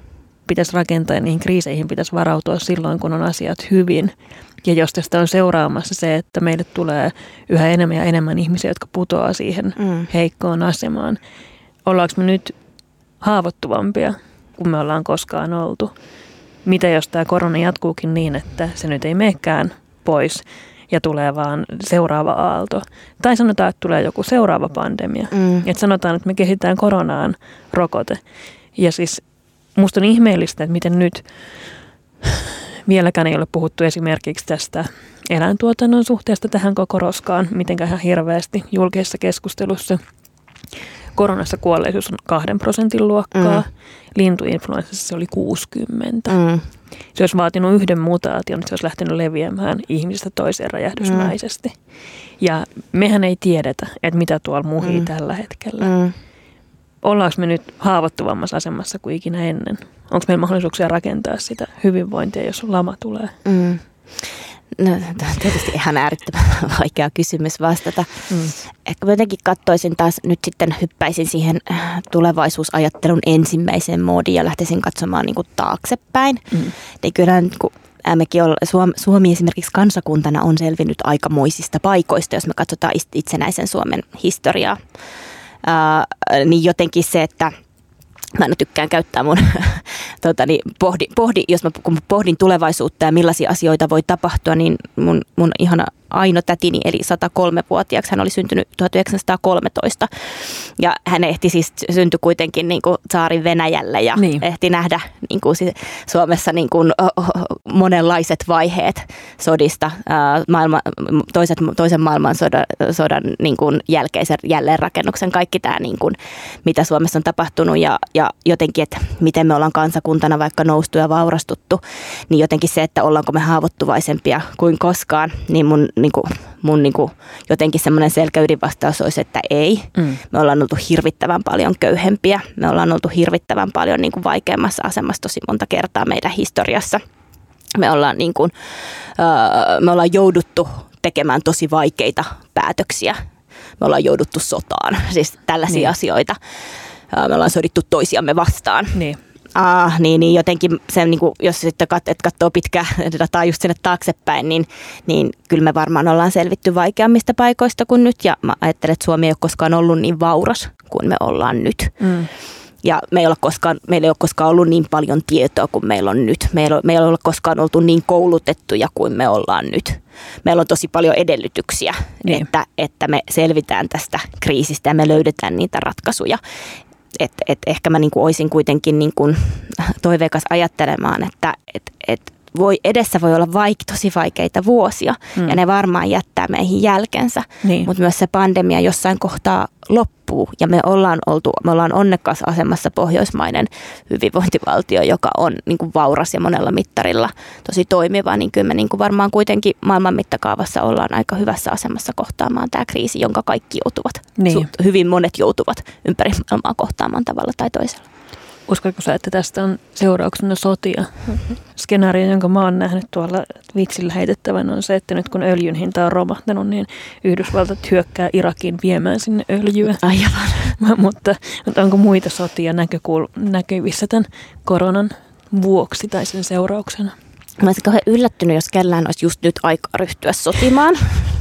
pitäisi rakentaa ja niihin kriiseihin pitäisi varautua silloin, kun on asiat hyvin. Ja jos tästä on seuraamassa se, että meille tulee yhä enemmän ja enemmän ihmisiä, jotka putoaa siihen mm. heikkoon asemaan. Ollaanko me nyt haavoittuvampia kuin me ollaan koskaan oltu? Mitä jos tämä korona jatkuukin niin, että se nyt ei menekään pois ja tulee vaan seuraava aalto? Tai sanotaan, että tulee joku seuraava pandemia. Mm. Että sanotaan, että me kehitetään koronaan rokote. Ja siis musta on ihmeellistä, että miten nyt vieläkään ei ole puhuttu esimerkiksi tästä eläintuotannon suhteesta tähän koko roskaan, mitenkään ihan hirveästi julkisessa keskustelussa. Koronassa kuolleisuus on kahden prosentin luokkaa. Mm. Lintuinfluenssassa se oli kuusikymmentä. Mm. Se olisi vaatinut yhden mutaation, että se olisi lähtenyt leviämään ihmisestä toiseen räjähdysmäisesti. Mm. Ja mehän ei tiedetä, että mitä tuolla muhii mm. tällä hetkellä. Mm. Ollaanko me nyt haavoittuvammassa asemassa kuin ikinä ennen? Onko meillä mahdollisuuksia rakentaa sitä hyvinvointia, jos lama tulee? Mm. No, tämä on tietysti ihan äärettömän vaikea kysymys vastata. Mm. Ehkä mä jotenkin katsoisin taas, nyt sitten hyppäisin siihen tulevaisuusajattelun ensimmäiseen moodiin ja lähtisin katsomaan niin kuin taaksepäin. Mm. Niin kyllä niin kuin, mekin olla, Suomi, Suomi esimerkiksi kansakuntana on selvinnyt aikamoisista paikoista, jos me katsotaan itsenäisen Suomen historiaa. Uh, niin jotenkin se, että mä aina tykkään käyttää mun, tota, niin pohdi, pohdi, jos mä kun pohdin tulevaisuutta ja millaisia asioita voi tapahtua, niin mun, mun ihana Aino tätini eli sata kolme vuotiaaksi. Hän oli syntynyt tuhatyhdeksänsataakolmetoista ja hän ehti siis syntyi kuitenkin niin kuin tsaarin Venäjälle ja niin. ehti nähdä niin kuin Suomessa niin kuin monenlaiset vaiheet sodista, maailma, toiset, toisen maailmansodan sodan, niin kuin jälkeisen jälleenrakennuksen, kaikki tämä niin kuin, mitä Suomessa on tapahtunut ja, ja jotenkin, että miten me ollaan kansakuntana vaikka noustu ja vaurastuttu, niin jotenkin se, että ollaanko me haavoittuvaisempia kuin koskaan, niin mun Niin kuin, mun niin kuin, jotenkin semmoinen selkäydinvastaus olisi, että ei. Mm. Me ollaan oltu hirvittävän paljon köyhempiä. Me ollaan oltu hirvittävän paljon niin kuin vaikeammassa asemassa tosi monta kertaa meidän historiassa. Me ollaan, niin kuin, öö, me ollaan jouduttu tekemään tosi vaikeita päätöksiä. Me ollaan jouduttu sotaan, siis tällaisia niin. asioita. Öö, me ollaan sodittu toisiamme vastaan. Niin. Ah, niin, niin jotenkin se, niin kuin, jos sitten kat, et katsoo pitkää dataa just sinne taaksepäin, niin, niin kyllä me varmaan ollaan selvitty vaikeammista paikoista kuin nyt. Ja mä ajattelen, että Suomi ei ole koskaan ollut niin vauras kuin me ollaan nyt. Mm. Ja me ei ole koskaan, meillä ei ole koskaan ollut niin paljon tietoa kuin meillä on nyt. Meillä ei, meillä ei ole koskaan oltu niin koulutettuja kuin me ollaan nyt. Meillä on tosi paljon edellytyksiä, niin. että, että me selvitään tästä kriisistä ja me löydetään niitä ratkaisuja. Että et ehkä mä niinku olisin kuitenkin niinku toiveikas ajattelemaan, että et, et voi, edessä voi olla vaik- tosi vaikeita vuosia mm. ja ne varmaan jättää meihin jälkensä, niin. Mutta myös se pandemia jossain kohtaa loppuu ja me ollaan, oltu, me ollaan onnekkaassa asemassa pohjoismainen hyvinvointivaltio, joka on niinku vauras ja monella mittarilla tosi toimiva, niin kyllä me niinku varmaan kuitenkin maailman mittakaavassa ollaan aika hyvässä asemassa kohtaamaan tämä kriisi, jonka kaikki joutuvat. Niin. Hyvin monet joutuvat ympäri maailmaa kohtaamaan tavalla tai toisella. Uskotko sä, että tästä on seurauksena sotia? Mm-hmm. Skenaario, jonka mä oon nähnyt tuolla vitsillä heitettävän, on se, että nyt kun öljyn hinta on romahtanut, niin Yhdysvaltat hyökkää Irakiin viemään sinne öljyä. Aivan. mutta, mutta onko muita sotia näkökuul- näkyvissä tämän koronan vuoksi tai sen seurauksena? Mä olisin kauhean yllättynyt, jos kellään olisi just nyt aikaa ryhtyä sotimaan.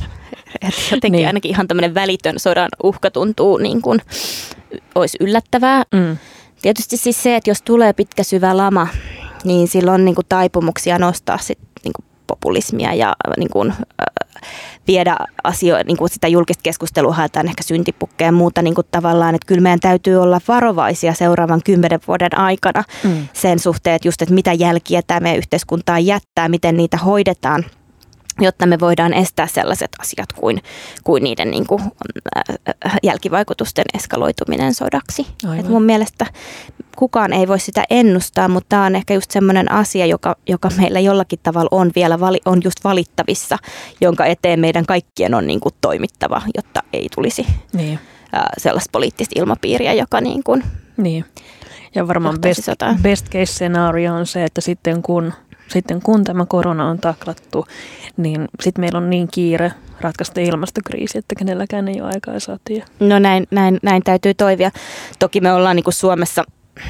Että jotenkin niin. ainakin ihan tämmöinen välitön sodan uhka tuntuu niin kuin olisi yllättävää. Mm. Tietysti siis se, että jos tulee pitkä syvä lama, niin sillä on niin kuin taipumuksia nostaa sit, niin kuin populismia ja niin kuin, äh, viedä asioita, niin kuin sitä julkista keskustelua haetaan ehkä syntipukkeja ja muuta niin kuin tavallaan, että kyllä meidän täytyy olla varovaisia seuraavan kymmenen vuoden aikana mm. sen suhteen, että just, että mitä jälkiä tämä meidän yhteiskuntaan jättää, miten niitä hoidetaan, jotta me voidaan estää sellaiset asiat kuin, kuin niiden niin kuin, äh, jälkivaikutusten eskaloituminen sodaksi. Et mun mielestä kukaan ei voi sitä ennustaa, mutta tämä on ehkä just semmoinen asia, joka, joka meillä jollakin tavalla on vielä vali, on just valittavissa, jonka eteen meidän kaikkien on niin kuin toimittava, jotta ei tulisi niin. äh, sellaista poliittista ilmapiiriä, joka niin kuin niin. Ja varmaan best, best case scenario on se, että sitten kun Sitten kun tämä korona on taklattu, niin sitten meillä on niin kiire ratkaista ilmastokriisi, että kenelläkään ei ole aikaa sotia. No näin, näin, näin täytyy toivia. Toki me ollaan niin kuin Suomessa,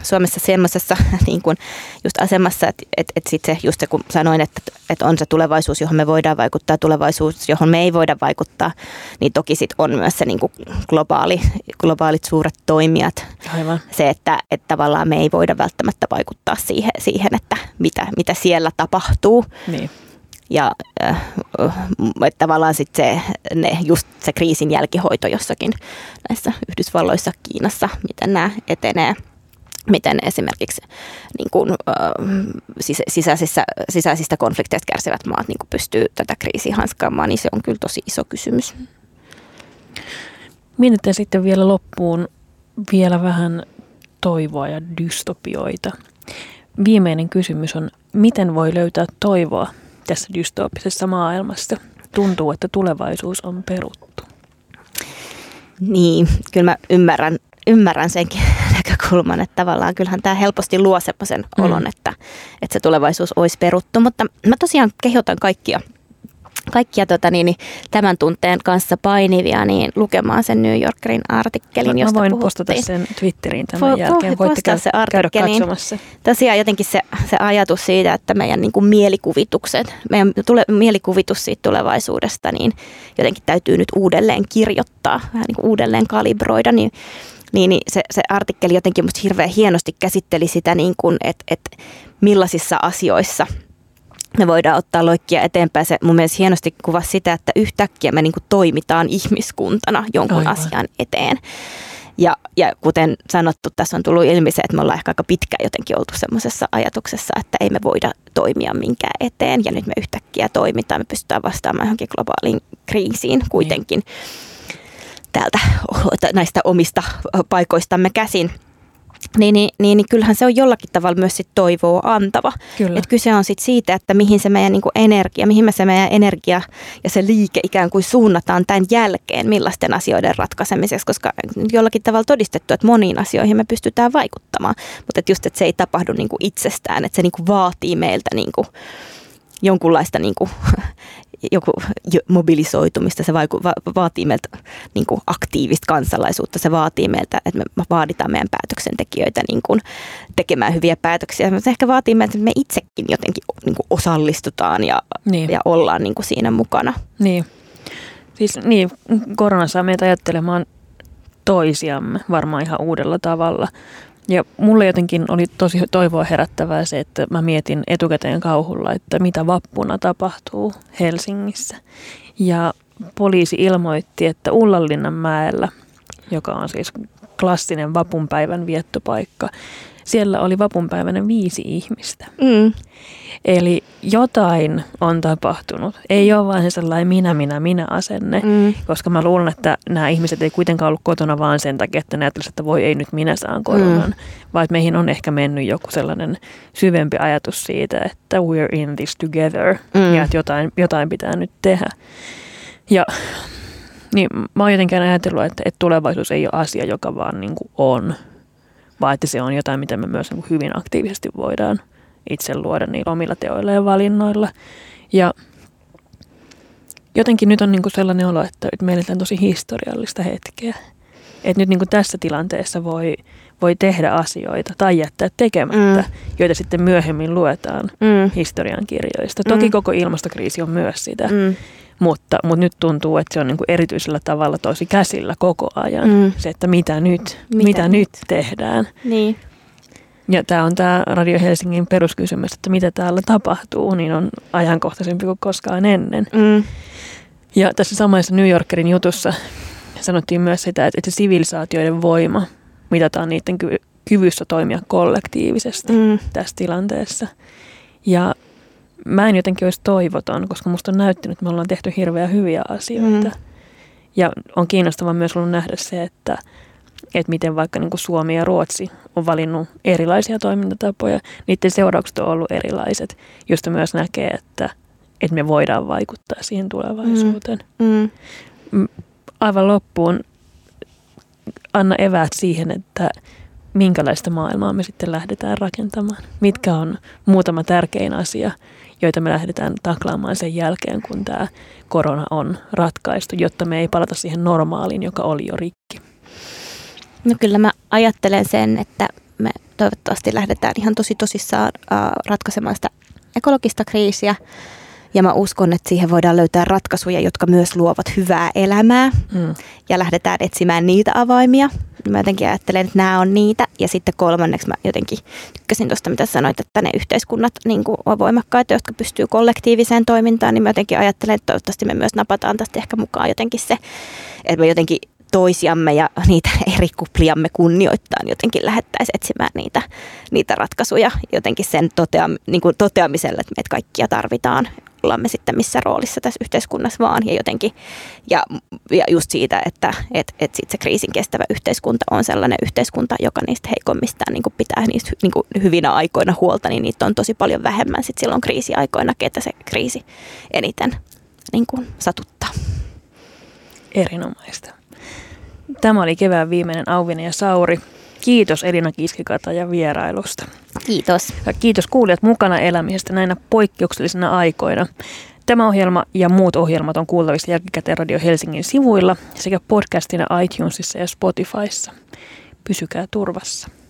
Suomessa semmoisessa niin kuin just asemassa, että et, et sitten se just se, kun sanoin, että et on se tulevaisuus, johon me voidaan vaikuttaa, tulevaisuus, johon me ei voida vaikuttaa, niin toki sitten on myös se niin kuin globaali, globaalit suuret toimijat. Aivan. Se, että et tavallaan me ei voida välttämättä vaikuttaa siihen, siihen että mitä, mitä siellä tapahtuu. Niin. Ja äh, että tavallaan sitten se, ne, just se kriisin jälkihoito jossakin näissä Yhdysvalloissa, Kiinassa, miten nämä etenee, miten esimerkiksi niin kuin, äh, sisäisissä, sisäisistä konflikteista kärsivät maat niin kuin pystyy tätä kriisiä hanskaamaan, niin se on kyllä tosi iso kysymys. Mietitte sitten vielä loppuun vielä vähän toivoa ja dystopioita. Viimeinen kysymys on, miten voi löytää toivoa tässä dystooppisessa maailmassa? Tuntuu, että tulevaisuus on peruttu. Niin, kyllä mä ymmärrän, ymmärrän senkin näkökulman, että tavallaan kyllähän tämä helposti luo semmoisen mm. olon, että, että se tulevaisuus olisi peruttu. Mutta mä tosiaan kehotan kaikkia, kaikkia tota niin, tämän tunteen kanssa painivia niin lukemaan sen New Yorkerin artikkelin, mä, josta mä voin puhuttiin. postata sen Twitteriin tämän Vo, jälkeen. Voitte käydä, se käydä katsomassa. Tosiaan jotenkin se, se ajatus siitä, että meidän niin kuin mielikuvitukset, meidän tule, mielikuvitus siitä tulevaisuudesta, niin jotenkin täytyy nyt uudelleen kirjoittaa, vähän niin kuin uudelleen kalibroida, niin Niin, niin se, se artikkeli jotenkin musta hirveän hienosti käsitteli sitä, niin kuin, että, että millaisissa asioissa me voidaan ottaa loikkia eteenpäin. Se mun mielestä hienosti kuvasi sitä, että yhtäkkiä me niin kuin toimitaan ihmiskuntana jonkun Aivan. asian eteen. Ja, ja kuten sanottu, tässä on tullut ilmi se, että me ollaan ehkä aika pitkään jotenkin oltu semmoisessa ajatuksessa, että ei me voida toimia minkään eteen. Ja nyt me yhtäkkiä toimitaan, me pystytään vastaamaan johonkin globaaliin kriisiin kuitenkin. Niin. Täältä näistä omista paikoistamme käsin, niin, niin, niin, niin kyllähän se on jollakin tavalla myös sit toivoa antava. Et kyse on sit siitä, että mihin se meidän niinku energia, mihin me se meidän energia ja se liike ikään kuin suunnataan tämän jälkeen millaisten asioiden ratkaisemiseksi, koska jollakin tavalla todistettu, että moniin asioihin me pystytään vaikuttamaan, mutta et just, että se ei tapahdu niinku itsestään, että se niinku vaatii meiltä niinku jonkunlaista niinku joku mobilisoitumista, se vaiku, va, vaatii meiltä niin kuin aktiivista kansalaisuutta, se vaatii meiltä, että me vaaditaan meidän päätöksentekijöitä niin kuin tekemään hyviä päätöksiä. Se ehkä vaatii meiltä, että me itsekin jotenkin niin kuin osallistutaan ja, niin. ja ollaan niin kuin siinä mukana. Niin. Siis niin, korona saa meitä ajattelemaan toisiamme varmaan ihan uudella tavalla. Ja mulle jotenkin oli tosi toivoa herättävää se, että mä mietin etukäteen kauhulla, että mitä vappuna tapahtuu Helsingissä. Ja poliisi ilmoitti, että Ullanlinnanmäellä, joka on siis klassinen vapunpäivän viettopaikka, siellä oli vapunpäivänä viisi ihmistä. Mm. Eli jotain on tapahtunut. Ei ole vain se sellainen minä, minä, minä asenne, mm. koska mä luulen, että nämä ihmiset ei kuitenkaan ollut kotona vaan sen takia, että ne ajattelisivat, että voi ei nyt minä saan koronan, mm. vaan että meihin on ehkä mennyt joku sellainen syvempi ajatus siitä, että we're in this together mm. ja että jotain, jotain pitää nyt tehdä. Ja niin, mä oon jotenkin ajatellut, että, että tulevaisuus ei ole asia, joka vaan niin kuin on, vaan että se on jotain, mitä me myös niin kuin hyvin aktiivisesti voidaan itse luoda niillä omilla teoilla ja valinnoilla. Ja jotenkin nyt on niin kuin sellainen olo, että me eletään tosi historiallista hetkeä. Että nyt niin kuin tässä tilanteessa voi, voi tehdä asioita tai jättää tekemättä, mm. joita sitten myöhemmin luetaan mm. historiankirjoista. Toki mm. koko ilmastokriisi on myös sitä, mm. mutta, mutta nyt tuntuu, että se on niin kuin erityisellä tavalla tosi käsillä koko ajan. Mm. Se, että mitä nyt, mitä, mitä nyt tehdään. Niin. Ja tämä on tämä Radio Helsingin peruskysymys, että mitä täällä tapahtuu, niin on ajankohtaisempi kuin koskaan ennen. Mm. Ja tässä samassa New Yorkerin jutussa sanottiin myös sitä, että sivilisaatioiden voima mitataan niiden ky- kyvyssä toimia kollektiivisesti mm. tässä tilanteessa. Ja mä en jotenkin olisi toivoton, koska musta on näyttänyt, että me ollaan tehty hirveän hyviä asioita. Mm. Ja on kiinnostavaa myös ollut nähdä se, että että miten vaikka niin kuin Suomi ja Ruotsi on valinnut erilaisia toimintatapoja, niiden seuraukset on ollut erilaiset, josta myös näkee, että, että me voidaan vaikuttaa siihen tulevaisuuteen. Mm. Mm. Aivan loppuun anna eväät siihen, että minkälaista maailmaa me sitten lähdetään rakentamaan. Mitkä on muutama tärkein asia, joita me lähdetään taklaamaan sen jälkeen, kun tämä korona on ratkaistu, jotta me ei palata siihen normaaliin, joka oli jo rikki. No kyllä mä ajattelen sen, että me toivottavasti lähdetään ihan tosi tosissaan äh, ratkaisemaan sitä ekologista kriisiä. Ja mä uskon, että siihen voidaan löytää ratkaisuja, jotka myös luovat hyvää elämää. Mm. Ja lähdetään etsimään niitä avaimia. Mä jotenkin ajattelen, että nämä on niitä. Ja sitten kolmanneksi mä jotenkin tykkäsin tuosta, mitä sanoit, että ne yhteiskunnat niin kuin on voimakkaita, jotka pystyy kollektiiviseen toimintaan. Niin mä jotenkin ajattelen, että toivottavasti me myös napataan tästä ehkä mukaan jotenkin se, että me jotenkin toisiamme ja niitä eri kupliamme kunnioittain jotenkin lähettäisiin etsimään niitä, niitä ratkaisuja jotenkin sen toteam, niin kuin toteamiselle, että meitä kaikkia tarvitaan. Ollaan me sitten missä roolissa tässä yhteiskunnassa vaan ja jotenkin, ja, ja just siitä, että et, et sit se kriisin kestävä yhteiskunta on sellainen yhteiskunta, joka niistä heikoimmistaan niin kuin pitää niistä niin kuin hyvinä aikoina huolta, niin niitä on tosi paljon vähemmän sit silloin kriisiaikoina, ketä se kriisi eniten niin kuin satuttaa. Erinomaista. Tämä oli kevään viimeinen Auvinen ja Sauri. Kiitos Elina Kiiski-Kataja vierailusta. Kiitos. Ja kiitos kuulijat mukana elämisestä näinä poikkeuksellisina aikoina. Tämä ohjelma ja muut ohjelmat on kuultavissa Jälkikäteen Radio Helsingin sivuilla sekä podcastina iTunesissa ja Spotifyssa. Pysykää turvassa.